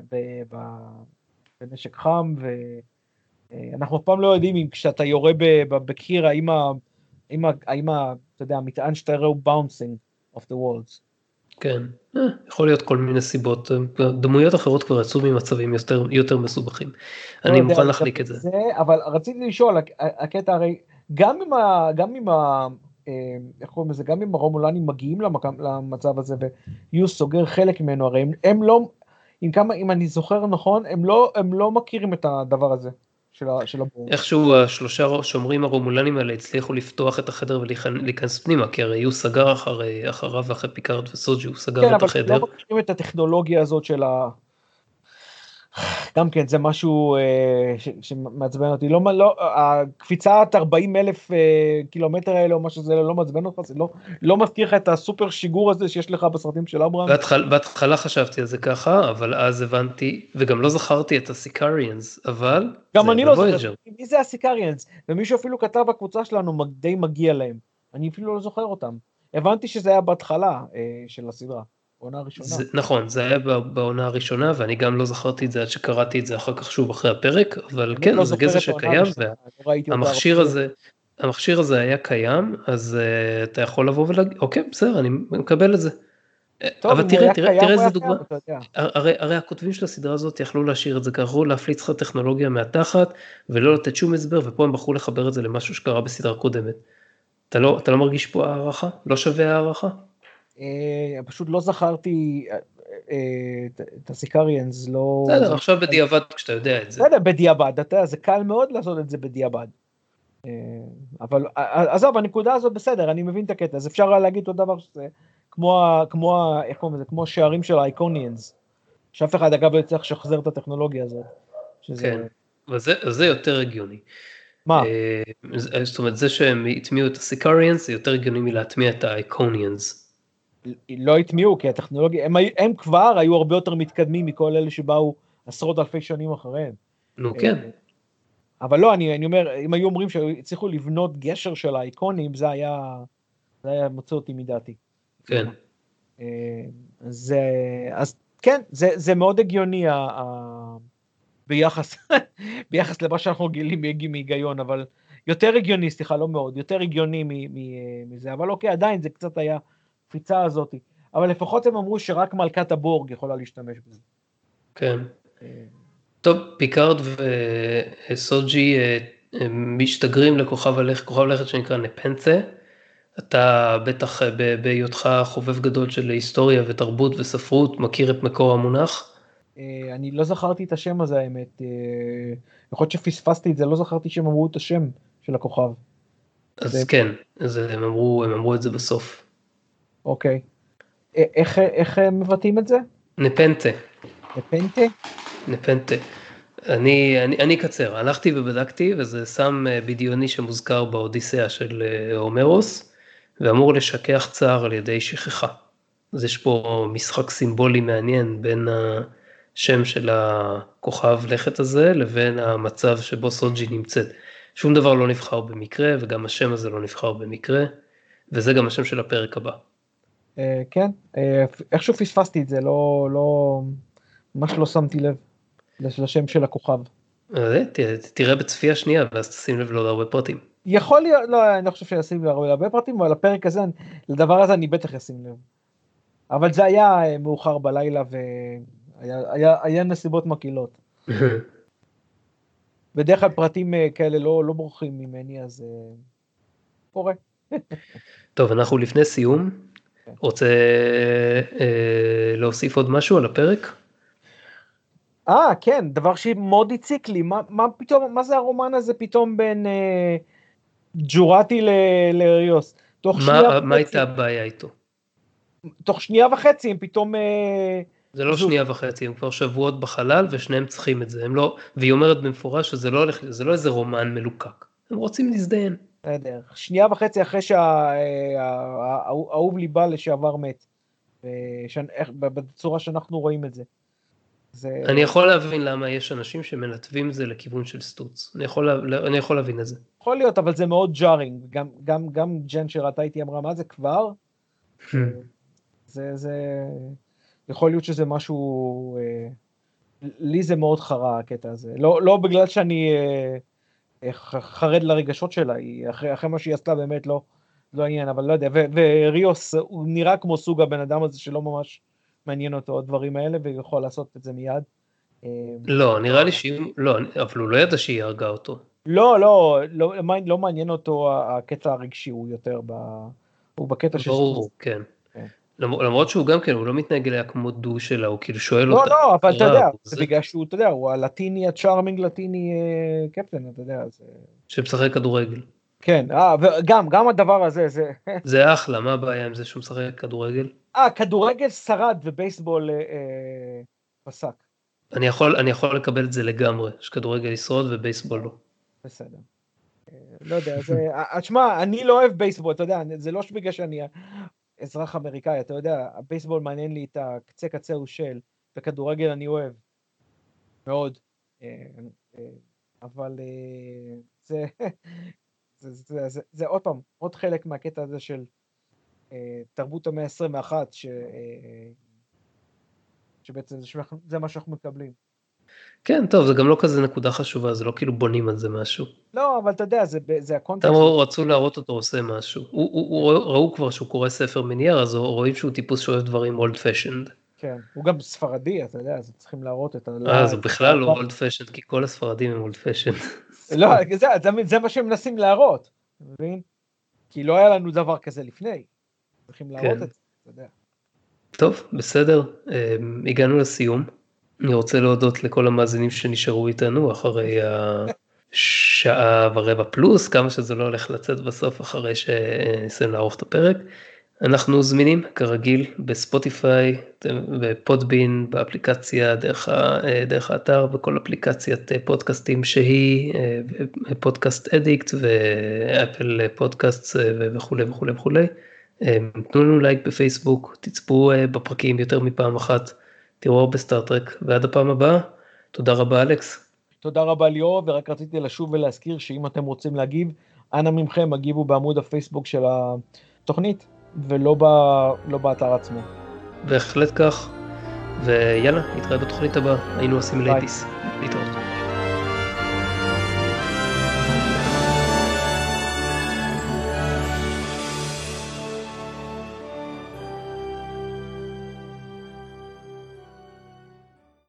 בנשק חם, ואנחנו אף פעם לא יודעים אם כשאתה יורה בקיר, האם אתה יודע, המטען שאתה יראה הוא bouncing off the walls. כן, יכול להיות כל מיני סיבות, דמויות אחרות כבר יצאו ממצבים יותר מסובכים, אני מוכן להחליק את זה. אבל רציתי לשאול, הקטע הרי, גם אם הרומולנים מגיעים למצב הזה, ויו סוגר חלק ממנו, הרי הם לא, אם אני זוכר נכון, הם לא מכירים את הדבר הזה של הבור. איכשהו השלושה שומרים הרומולנים האלה הצליחו לפתוח את החדר ולהיכנס פנימה, כי הרי יו סגר אחריו ואחרי פיקארד וסוג'י, הוא סגר את החדר. כן, אבל לא מכירים את הטכנולוגיה הזאת של גם כן, זה משהו שמעצבן אותי, הקפיצת 40,000 קילומטר האלה, או מה שזה לא מעצבן אותך, זה לא מזכיר לך את הסופר שיגור הזה שיש לך בסרטים של אברהם. בהתחלה חשבתי על זה ככה, אבל אז הבנתי, וגם לא זכרתי את הסיקריאנס, אבל גם אני לא זוכר, מי זה הסיקריאנס? ומישהו אפילו כתב בקבוצה שלנו, די מגיע להם, אני אפילו לא זוכר אותם. הבנתי שזה היה בהתחלה של הסדרה. בעונה הראשונה. נכון, זה היה בעונה הראשונה, ואני גם לא זכרתי את זה עד שקראתי את זה אחר כך שוב אחרי הפרק, אבל אני כן, לא זה זוכר גזע את העונה שקיים, הראשונה, אני לא ראיתי אותה והמכשיר הרבה. הזה, המכשיר הזה היה קיים, אז אתה יכול לבוא ולהגיד, אוקיי, בסדר, אני מקבל את זה. טוב, אבל אם הוא היה קיים, תראה הוא איזה היה קיים, דוגמה. אתה יודע. הרי הכותבים של הסדרה הזאת יכלו להשאיר את זה ככה, יכלו להפליץ לך טכנולוגיה מהתחת, ולא לתת שום הסבר, ופה הם בחרו לחבר את זה למשהו שקרה בסדרה קודמת. אתה לא מרגיש פה הערכה? לא שווה הערכה? פשוט לא זכרתי את הסיקריאנס, לא... בסדר, עכשיו בדיעבד כשאתה יודע את זה. בסדר, בדיעבד, אתה יודע, זה קל מאוד לעשות את זה בדיעבד. אבל עזוב, הנקודה הזאת בסדר, אני מבין את הקטע, אז אפשר להגיד אותו דבר שזה איך קוראים לזה, כמו שערים של האייקוניאנס, שאף אחד אגב לא צריך לשחזר את הטכנולוגיה הזאת. כן, וזה יותר הגיוני. מה? זאת אומרת, זה שהם הטמיעו את הסיקריאנס, זה יותר הגיוני מלהטמיע את האייקוניאנס. לא הטמיעו, כי הטכנולוגיה, הם כבר היו הרבה יותר מתקדמים מכל אלה שבאו עשרות אלפי שנים אחריהם. נו כן. אבל לא, אני אומר, אם היו אומרים שהצליחו לבנות גשר של האייקונים, זה היה מוצא אותי מדעתי. כן. אז כן, זה מאוד הגיוני ביחס למה שאנחנו גילים מהיגיון, אבל יותר הגיוני, סליחה, לא מאוד, יותר הגיוני מזה, אבל אוקיי, עדיין זה קצת היה קפיצה הזאת, אבל לפחות הם אמרו שרק מלכת הבורג יכולה להשתמש בזה. כן. טוב, פיקארד וסוג'י משתגרים לכוכב לכת שנקרא נפנצה. אתה בטח בהיותך חובב גדול של היסטוריה ותרבות וספרות, מכיר את מקור המונח? אני לא זכרתי את השם הזה, האמת. יכול להיות שפספסתי את זה, לא זכרתי שהם אמרו את השם של הכוכב. אז כן, הם אמרו את זה בסוף. אוקיי. איך מבטאים את זה? נפנטה. נפנטה? נפנטה. אני אקצר, הלכתי ובדקתי, וזה סם בדיוני שמוזכר באודיסאה של הומרוס, ואמור לשכך צער על ידי שכחה. אז יש פה משחק סימבולי מעניין בין השם של הכוכב לכת הזה, לבין המצב שבו סוג'י נמצאת. שום דבר לא נבחר במקרה, וגם השם הזה לא נבחר במקרה, וזה גם השם של הפרק הבא. כן, איכשהו פספסתי את זה, ממש לא שמתי לב לשם של הכוכב. תראה בצפייה שנייה, ואז תשים לב לעוד הרבה פרטים. יכול להיות, לא, אני לא חושב שישים לב הרבה פרטים, אבל לפרק הזה, לדבר הזה אני בטח אשים לב. אבל זה היה מאוחר בלילה, והיה נסיבות מקילות. בדרך כלל פרטים כאלה לא בורחים ממני, אז קורה. טוב, אנחנו לפני סיום. רוצה להוסיף עוד משהו על הפרק? כן, דבר שמאוד הציק לי, מה פתאום, מה זה הרומן הזה פתאום בין ג'ורטי לריוס? מה הייתה הבעיה איתו? תוך שנייה וחצי הם פתאום... זה לא שנייה וחצי, הם כבר שבועות בחלל ושניהם צריכים את זה, והיא אומרת במפורש שזה לא איזה רומן מלוקק, הם רוצים להזדיין. שנייה וחצי אחרי שהאהוב ליבה לשעבר מת, בצורה שאנחנו רואים את זה. אני יכול להבין למה יש אנשים שמנתבים זה לכיוון של סטוץ, אני יכול להבין את זה. יכול להיות, אבל זה מאוד ג'ארינג, גם ג'ן שראתה איתי אמרה, מה זה כבר? זה יכול להיות שזה משהו, לי זה מאוד חרה הקטע הזה, לא בגלל שאני חרד לרגשות שלה, אחרי מה שהיא עשתה באמת לא עניין, אבל לא יודע, וריוס הוא נראה כמו סוג הבן אדם הזה שלא ממש מעניין אותו הדברים האלה, ויכול לעשות את זה מיד. לא, נראה לי לא, אבל הוא לא ידע שהיא הרגה אותו. לא מעניין אותו הקטע הרגשי, הוא יותר הוא בקטע של... ברור, כן. למרות שהוא גם כן, הוא לא מתנהג אליה כמו דו שלה, הוא כאילו שואל אותה. לא, אבל אתה יודע, זה בגלל שהוא, אתה יודע, הוא הלטיני, הצ'ארמינג לטיני קפטן, אתה יודע. שמשחק כדורגל. כן, וגם הדבר הזה, זה אחלה, מה הבעיה עם זה שהוא משחק כדורגל? כדורגל שרד ובייסבול פסק. אני יכול לקבל את זה לגמרי, שכדורגל ישרוד ובייסבול לא. בסדר. לא יודע, תשמע, אני לא אוהב בייסבול, אתה יודע, זה לא שבגלל שאני אזרח אמריקאי, אתה יודע, הבייסבול מעניין לי את הקצה קצהו של, וכדורגל אני אוהב, מאוד, אבל זה עוד פעם, עוד חלק מהקטע הזה של תרבות המאה ה-21, שבעצם זה מה שאנחנו מקבלים. כן, טוב, זה גם לא כזה נקודה חשובה, זה לא כאילו בונים על זה משהו. לא, אבל אתה יודע, זה הקונטקסט. סתם רצו להראות אותו עושה משהו. ראו כבר שהוא קורא ספר מנייר, אז רואים שהוא טיפוס שאוהב דברים אולד פשנד. כן, הוא גם ספרדי, אתה יודע, אז צריכים להראות את אז הוא בכלל לא אולד פשנד, כי כל הספרדים הם אולד פשנד. לא, זה מה שהם מנסים להראות, מבין? כי לא היה לנו דבר כזה לפני. צריכים להראות את זה, אתה יודע. טוב, בסדר, הגענו לסיום. אני רוצה להודות לכל המאזינים שנשארו איתנו אחרי השעה ורבע פלוס, כמה שזה לא הולך לצאת בסוף אחרי שנסיים לערוך את הפרק. אנחנו זמינים כרגיל בספוטיפיי, בפודבין, באפליקציה, דרך האתר, בכל אפליקציית פודקאסטים שהיא, פודקאסט אדיקט ואפל פודקאסט וכו' וכו' וכו'. תנו לנו לייק בפייסבוק, תצפו בפרקים יותר מפעם אחת, תראו הרבה סטארטרק, ועד הפעם הבאה, תודה רבה אלכס. תודה רבה ליאור, ורק רציתי לשוב ולהזכיר שאם אתם רוצים להגיב, אנא ממכם הגיבו בעמוד הפייסבוק של התוכנית, ולא באתר עצמו. בהחלט כך, ויאללה, נתראה בתוכנית הבאה, היינו עושים ליידיס, להתראות.